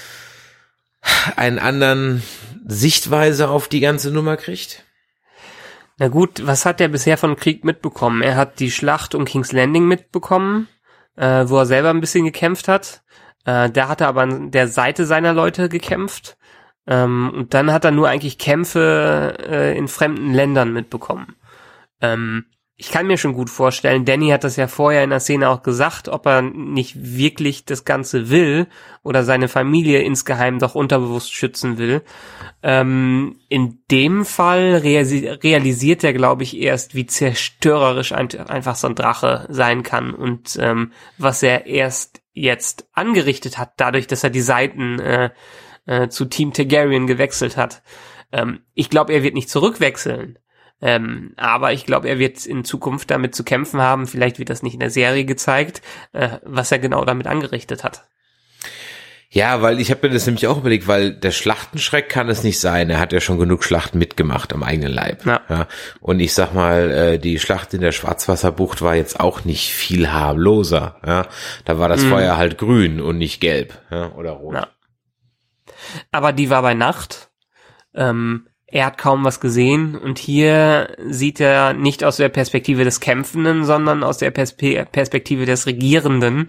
einen anderen Sichtweise auf die ganze Nummer kriegt? Na gut, was hat er bisher von Krieg mitbekommen? Er hat die Schlacht um King's Landing mitbekommen, wo er selber ein bisschen gekämpft hat. Da hat er aber an der Seite seiner Leute gekämpft. Und dann hat er nur eigentlich Kämpfe in fremden Ländern mitbekommen. Ich kann mir schon gut vorstellen, Danny hat das ja vorher in der Szene auch gesagt, ob er nicht wirklich das Ganze will oder seine Familie insgeheim doch unterbewusst schützen will. In dem Fall realisiert er, glaube ich, erst, wie zerstörerisch einfach so ein Drache sein kann und was er erst jetzt angerichtet hat, dadurch, dass er die Seiten zu Team Targaryen gewechselt hat. Ich glaube, er wird nicht zurückwechseln. Aber ich glaube, er wird in Zukunft damit zu kämpfen haben, vielleicht wird das nicht in der Serie gezeigt, was er genau damit angerichtet hat. Ja, weil ich habe mir das nämlich auch überlegt, weil der Schlachtenschreck kann es nicht sein. Er hat ja schon genug Schlachten mitgemacht am eigenen Leib. Ja. Und ich sag mal, die Schlacht in der Schwarzwasserbucht war jetzt auch nicht viel harmloser. Ja. Da war das Feuer halt grün und nicht gelb, ja, oder rot. Ja. Aber die war bei Nacht. Er hat kaum was gesehen und hier sieht er nicht aus der Perspektive des Kämpfenden, sondern aus der Perspektive des Regierenden,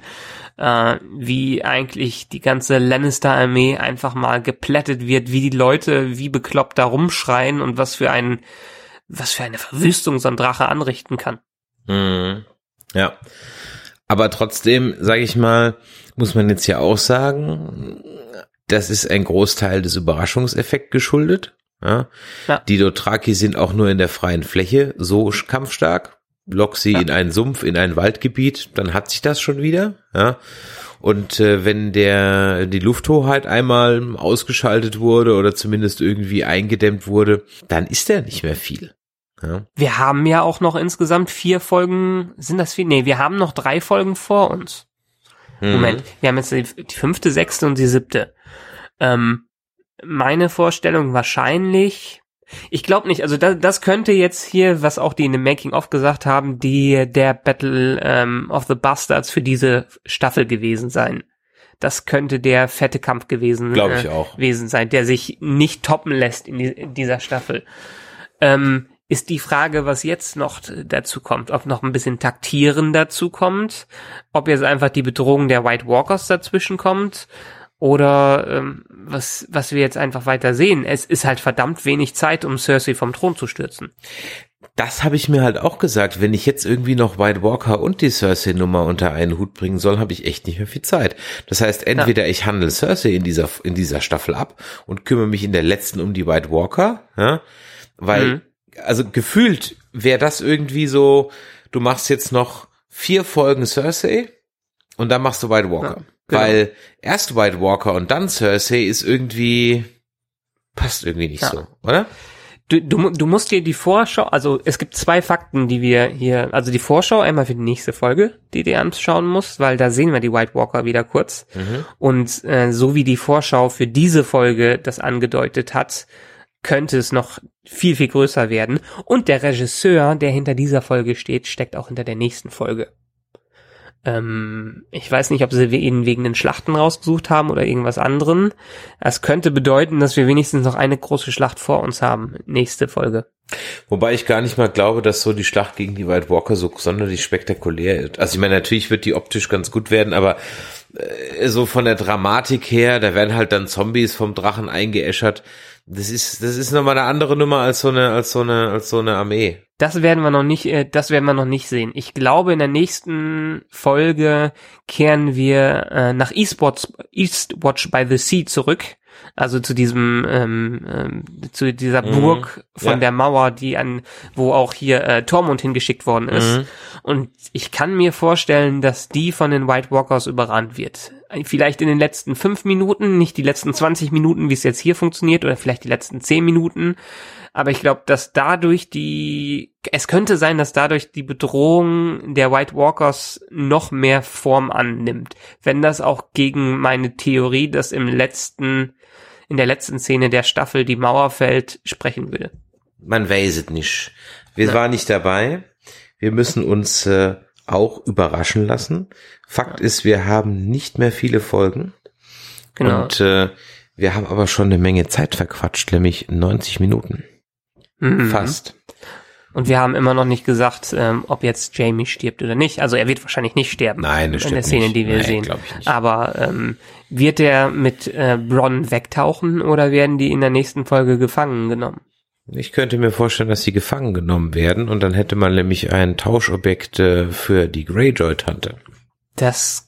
wie eigentlich die ganze Lannister-Armee einfach mal geplättet wird, wie die Leute wie bekloppt da rumschreien und was für eine Verwüstung so ein Drache anrichten kann. Ja, aber trotzdem, sage ich mal, muss man jetzt ja auch sagen, das ist ein Großteil des Überraschungseffekts geschuldet. Ja. Die Dothraki sind auch nur in der freien Fläche so kampfstark. Lock sie in einen Sumpf, in ein Waldgebiet, dann hat sich das schon wieder. Ja. Und wenn die Lufthoheit einmal ausgeschaltet wurde oder zumindest irgendwie eingedämmt wurde, dann ist da nicht mehr viel. Ja. Wir haben ja auch noch insgesamt 4 Folgen, sind das 4? Nee, wir haben noch 3 Folgen vor uns. Moment, wir haben jetzt die 5., 6. und die 7. Meine Vorstellung wahrscheinlich, ich glaube nicht, also das könnte jetzt hier, was auch die in dem Making-of gesagt haben, der Battle of the Bastards für diese Staffel gewesen sein. Das könnte der fette Kampf gewesen sein, der sich nicht toppen lässt in dieser Staffel. Ist die Frage, was jetzt noch dazu kommt, ob noch ein bisschen Taktieren dazu kommt, ob jetzt einfach die Bedrohung der White Walkers dazwischen kommt, oder was wir jetzt einfach weiter sehen. Es ist halt verdammt wenig Zeit, um Cersei vom Thron zu stürzen. Das habe ich mir halt auch gesagt. Wenn ich jetzt irgendwie noch White Walker und die Cersei-Nummer unter einen Hut bringen soll, habe ich echt nicht mehr viel Zeit. Das heißt, entweder ich handle Cersei in dieser Staffel ab und kümmere mich in der letzten um die White Walker, ja, weil, also gefühlt wäre das irgendwie so, du machst jetzt noch 4 Folgen Cersei und dann machst du White Walker. Ja. Genau. Weil erst White Walker und dann Cersei ist irgendwie, passt irgendwie nicht so, oder? Du musst dir die Vorschau, also es gibt 2 Fakten, die wir hier, also die Vorschau einmal für die nächste Folge, die du anschauen musst, weil da sehen wir die White Walker wieder kurz. Und so wie die Vorschau für diese Folge das angedeutet hat, könnte es noch viel, viel größer werden. Und der Regisseur, der hinter dieser Folge steht, steckt auch hinter der nächsten Folge. Ich weiß nicht, ob sie ihn wegen den Schlachten rausgesucht haben oder irgendwas anderem. Es könnte bedeuten, dass wir wenigstens noch eine große Schlacht vor uns haben. Nächste Folge. Wobei ich gar nicht mal glaube, dass so die Schlacht gegen die White Walker so sonderlich spektakulär ist. Also ich meine, natürlich wird die optisch ganz gut werden, aber so von der Dramatik her, da werden halt dann Zombies vom Drachen eingeäschert. Das ist nochmal eine andere Nummer als so eine Armee. Das werden wir noch nicht sehen. Ich glaube, in der nächsten Folge kehren wir nach Eastwatch by the Sea zurück. Also zu diesem, zu dieser Burg von der Mauer, wo auch hier Tormund hingeschickt worden ist. Und ich kann mir vorstellen, dass die von den White Walkers überrannt wird. Vielleicht in den letzten 5 Minuten, nicht die letzten 20 Minuten, wie es jetzt hier funktioniert, oder vielleicht die letzten 10 Minuten. Aber ich glaube, dass es könnte sein, dass dadurch die Bedrohung der White Walkers noch mehr Form annimmt. Wenn das auch gegen meine Theorie, dass in der letzten Szene der Staffel die Mauer fällt, sprechen würde. Man weiß es nicht. Wir waren nicht dabei. Wir müssen uns auch überraschen lassen. Fakt ist, wir haben nicht mehr viele Folgen. Genau. Und wir haben aber schon eine Menge Zeit verquatscht, nämlich 90 Minuten. Fast. Und wir haben immer noch nicht gesagt, ob jetzt Jaime stirbt oder nicht. Also er wird wahrscheinlich nicht sterben. Nein, das stimmt in der Szene, nicht. Die wir sehen. Glaub ich nicht. Aber wird er mit Bronn wegtauchen oder werden die in der nächsten Folge gefangen genommen? Ich könnte mir vorstellen, dass sie gefangen genommen werden und dann hätte man nämlich ein Tauschobjekt für die Greyjoy-Tante. Das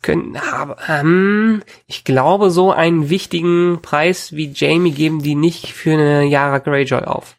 ich glaube, so einen wichtigen Preis wie Jaime geben die nicht für eine Yara Greyjoy auf.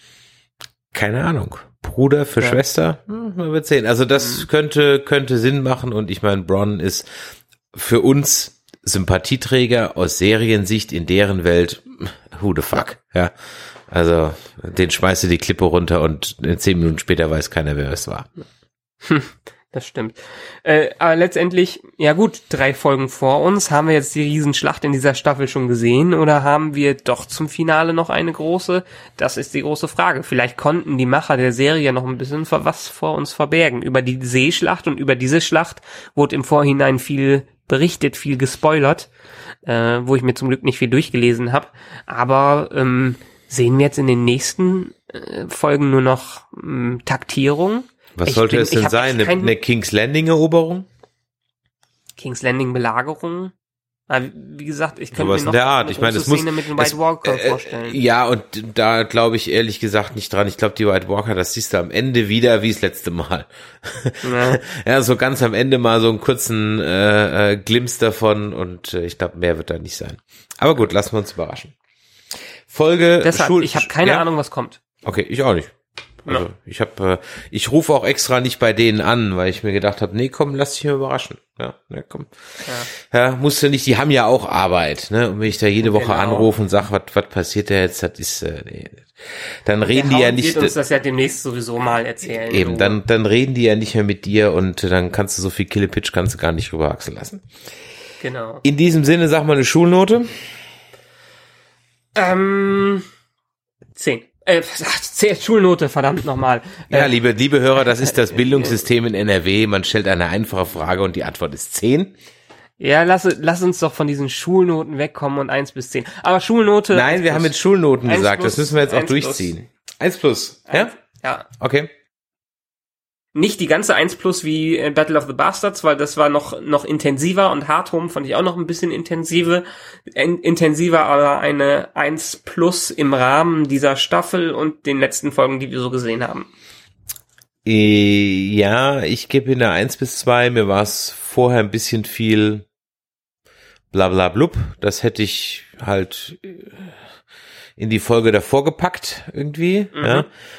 Keine Ahnung. Bruder für Schwester? Man wird sehen. Also das könnte Sinn machen und ich meine, Bronn ist für uns Sympathieträger aus Seriensicht in deren Welt. Who the fuck? Ja. Also den schmeißt du die Klippe runter und 10 Minuten später weiß keiner, wer es war. Das stimmt. Aber letztendlich, ja gut, 3 Folgen vor uns. Haben wir jetzt die Riesenschlacht in dieser Staffel schon gesehen oder haben wir doch zum Finale noch eine große? Das ist die große Frage. Vielleicht konnten die Macher der Serie noch ein bisschen was vor uns verbergen. Über die Seeschlacht und über diese Schlacht wurde im Vorhinein viel berichtet, viel gespoilert, wo ich mir zum Glück nicht viel durchgelesen habe. Aber sehen wir jetzt in den nächsten Folgen nur noch Taktierung? Was sollte es denn sein? Eine King's Landing Eroberung? King's Landing Belagerung? Wie gesagt, ich könnte mir noch eine große Szene mit den White Walker vorstellen. Ja, und da glaube ich ehrlich gesagt nicht dran. Ich glaube, die White Walker, das siehst du am Ende wieder wie das letzte Mal. Ja, so ganz am Ende mal so einen kurzen Glimpse davon und ich glaube, mehr wird da nicht sein. Aber gut, lassen wir uns überraschen. Deshalb, ich habe keine Ahnung, was kommt. Okay, ich auch nicht. Also ich rufe auch extra nicht bei denen an, weil ich mir gedacht habe, nee, komm, lass dich mal überraschen. Ja, komm. Ja, musst du nicht, die haben ja auch Arbeit, ne? Und wenn ich da jede Woche anrufe und sage, was passiert da jetzt, das ist, nee. Dann reden die ja nicht. Wird uns das ja demnächst sowieso mal erzählen. Eben, dann reden die ja nicht mehr mit dir und dann kannst du so viel Killepitch kannst du gar nicht rüberwachsen lassen. Genau. In diesem Sinne, sag mal eine Schulnote. 10. Schulnote, verdammt nochmal. Ja, liebe Hörer, das ist das Bildungssystem in NRW. Man stellt eine einfache Frage und die Antwort ist 10. Ja, lass uns doch von diesen Schulnoten wegkommen und 1 bis 10. Aber Schulnote... Nein, wir haben jetzt Schulnoten gesagt, das müssen wir jetzt auch durchziehen. 1+, ja? Ja. Okay. Nicht die ganze 1+ wie Battle of the Bastards, weil das war noch intensiver und Hardhome fand ich auch noch ein bisschen intensiver, aber eine 1+ im Rahmen dieser Staffel und den letzten Folgen, die wir so gesehen haben. Ja, ich gebe in der 1 bis 2, mir war es vorher ein bisschen viel blablablub, das hätte ich halt in die Folge davor gepackt irgendwie, ja.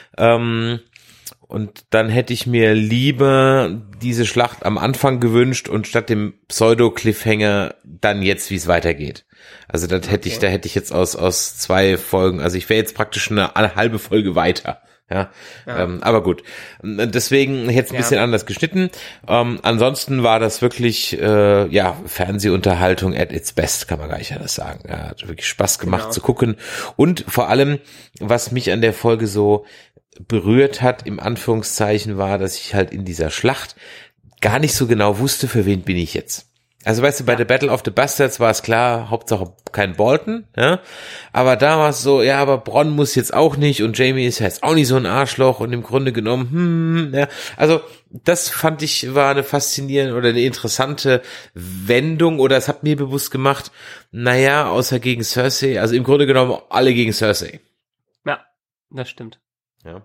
Und dann hätte ich mir lieber diese Schlacht am Anfang gewünscht und statt dem Pseudo-Cliffhanger dann jetzt, wie es weitergeht. Also das hätte ich, da hätte ich jetzt aus 2 Folgen, also ich wäre jetzt praktisch eine halbe Folge weiter. Ja. Aber gut. Deswegen hätte es ein bisschen anders geschnitten. Ansonsten war das wirklich, Fernsehunterhaltung at its best, kann man gar nicht anders sagen. Ja, hat wirklich Spaß gemacht zu gucken. Und vor allem, was mich an der Folge so berührt hat, im Anführungszeichen, war, dass ich halt in dieser Schlacht gar nicht so genau wusste, für wen bin ich jetzt. Also weißt du, bei der Battle of the Bastards war es klar, Hauptsache kein Bolton, ja. Aber da war es so, ja, aber Bronn muss jetzt auch nicht und Jaime ist jetzt auch nicht so ein Arschloch und im Grunde genommen, ja. Also das fand ich, war eine faszinierende oder eine interessante Wendung oder es hat mir bewusst gemacht, naja, außer gegen Cersei, also im Grunde genommen alle gegen Cersei. Ja, das stimmt. Ja.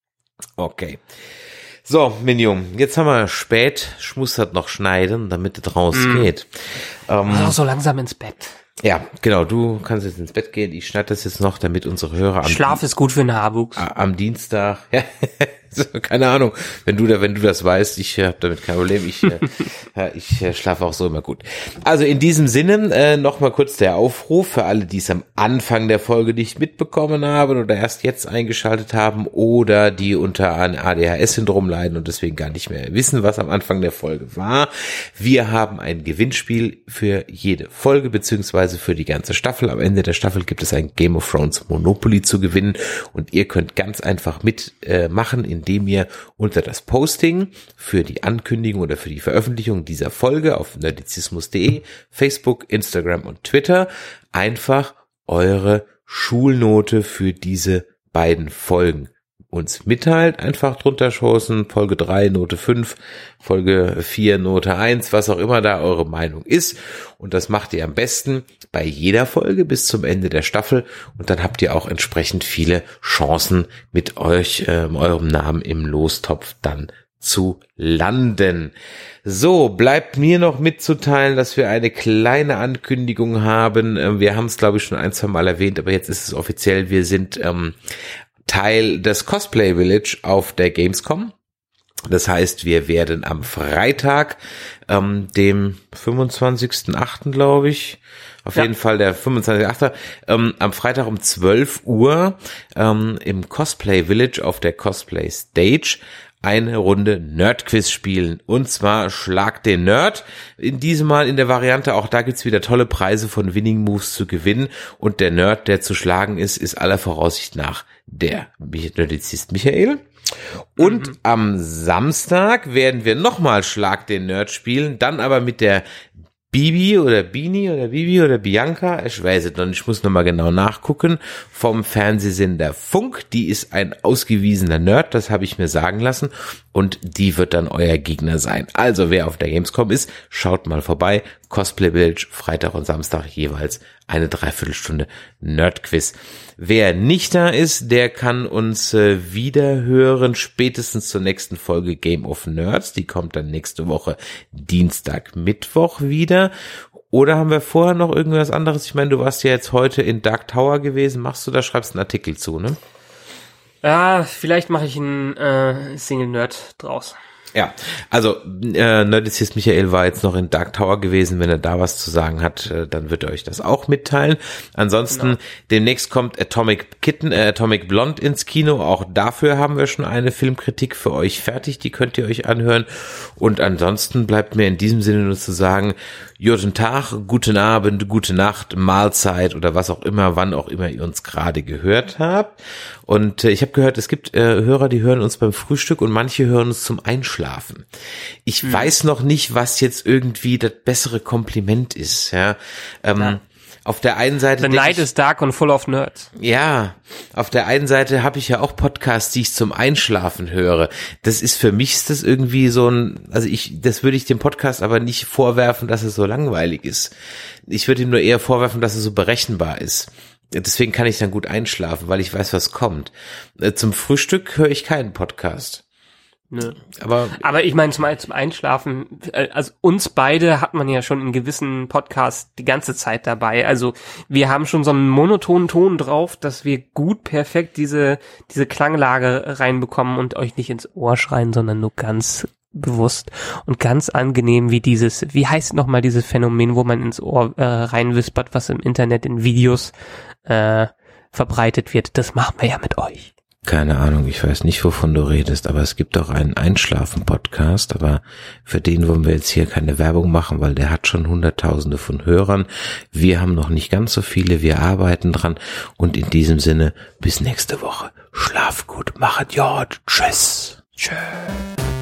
Okay. So, Minion, jetzt haben wir spät, ich muss das noch schneiden, damit es rausgeht. So langsam ins Bett. Ja, genau, du kannst jetzt ins Bett gehen, ich schneide das jetzt noch, damit unsere Hörer Schlaf ist gut für den Haarwuchs. Am Dienstag, ja, keine Ahnung, wenn du das weißt, ich habe damit kein Problem, ich schlafe auch so immer gut. Also in diesem Sinne noch mal kurz der Aufruf für alle, die es am Anfang der Folge nicht mitbekommen haben oder erst jetzt eingeschaltet haben oder die unter einem ADHS-Syndrom leiden und deswegen gar nicht mehr wissen, was am Anfang der Folge war. Wir haben ein Gewinnspiel für jede Folge beziehungsweise für die ganze Staffel. Am Ende der Staffel gibt es ein Game of Thrones Monopoly zu gewinnen und ihr könnt ganz einfach mitmachen, indem ihr unter das Posting für die Ankündigung oder für die Veröffentlichung dieser Folge auf nerdizismus.de, Facebook, Instagram und Twitter einfach eure Schulnote für diese beiden Folgen uns mitteilt, einfach drunter schossen, Folge 3 Note 5, Folge 4 Note 1, was auch immer da eure Meinung ist und das macht ihr am besten bei jeder Folge bis zum Ende der Staffel und dann habt ihr auch entsprechend viele Chancen mit euch, eurem Namen im Lostopf dann zu landen. So, bleibt mir noch mitzuteilen, dass wir eine kleine Ankündigung haben. Wir haben es, glaube ich, schon ein, zwei Mal erwähnt, aber jetzt ist es offiziell. Wir sind Teil des Cosplay Village auf der Gamescom. Das heißt, wir werden am Freitag, dem 25.8., glaube ich, auf jeden Fall der 25.8., am Freitag um 12 Uhr im Cosplay Village auf der Cosplay Stage eine Runde Nerdquiz spielen. Und zwar Schlag den Nerd. In diesem Mal in der Variante, auch da gibt's wieder tolle Preise von Winning Moves zu gewinnen. Und der Nerd, der zu schlagen ist aller Voraussicht nach der Nerdizist Michael. Und am Samstag werden wir nochmal Schlag den Nerd spielen, dann aber mit der Bibi oder Bini oder Bibi oder Bianca, ich weiß es noch nicht, ich muss nochmal genau nachgucken, vom Fernsehsender Funk. Die ist ein ausgewiesener Nerd, das habe ich mir sagen lassen und die wird dann euer Gegner sein. Also wer auf der Gamescom ist, schaut mal vorbei. Cosplay Village, Freitag und Samstag jeweils eine Dreiviertelstunde Nerdquiz. Wer nicht da ist, der kann uns wieder hören, spätestens zur nächsten Folge Game of Nerds. Die kommt dann nächste Woche Dienstag, Mittwoch wieder. Oder haben wir vorher noch irgendwas anderes? Ich meine, du warst ja jetzt heute in Dark Tower gewesen. Machst du da, schreibst einen Artikel zu, ne? Ja, vielleicht mache ich einen Single Nerd draus. Ja, also Nerdizist Michael war jetzt noch in Dark Tower gewesen. Wenn er da was zu sagen hat, dann wird er euch das auch mitteilen. Ansonsten demnächst kommt Atomic Blonde ins Kino. Auch dafür haben wir schon eine Filmkritik für euch fertig. Die könnt ihr euch anhören. Und ansonsten bleibt mir in diesem Sinne nur zu sagen, guten Tag, guten Abend, gute Nacht, Mahlzeit oder was auch immer, wann auch immer ihr uns gerade gehört habt. Und ich habe gehört, es gibt Hörer, die hören uns beim Frühstück und manche hören uns zum Einschlafen. Ich weiß noch nicht, was jetzt irgendwie das bessere Kompliment ist. Ja. Auf der einen Seite... The night is dark and full of nerds. Ja, auf der einen Seite habe ich ja auch Podcasts, die ich zum Einschlafen höre. Das ist für mich ist das irgendwie so ein... Also das würde ich dem Podcast aber nicht vorwerfen, dass es so langweilig ist. Ich würde ihm nur eher vorwerfen, dass es so berechenbar ist. Deswegen kann ich dann gut einschlafen, weil ich weiß, was kommt. Zum Frühstück höre ich keinen Podcast. Nö. Aber ich meine, zum Einschlafen, also uns beide hat man ja schon in gewissen Podcasts die ganze Zeit dabei. Also wir haben schon so einen monotonen Ton drauf, dass wir gut perfekt diese Klanglage reinbekommen und euch nicht ins Ohr schreien, sondern nur ganz bewusst und ganz angenehm wie heißt nochmal dieses Phänomen, wo man ins Ohr reinwispert, was im Internet in Videos verbreitet wird. Das machen wir ja mit euch. Keine Ahnung, ich weiß nicht, wovon du redest, aber es gibt auch einen Einschlafen-Podcast, aber für den wollen wir jetzt hier keine Werbung machen, weil der hat schon Hunderttausende von Hörern. Wir haben noch nicht ganz so viele, wir arbeiten dran und in diesem Sinne bis nächste Woche. Schlaf gut, machet Jod, tschüss. Tschüss.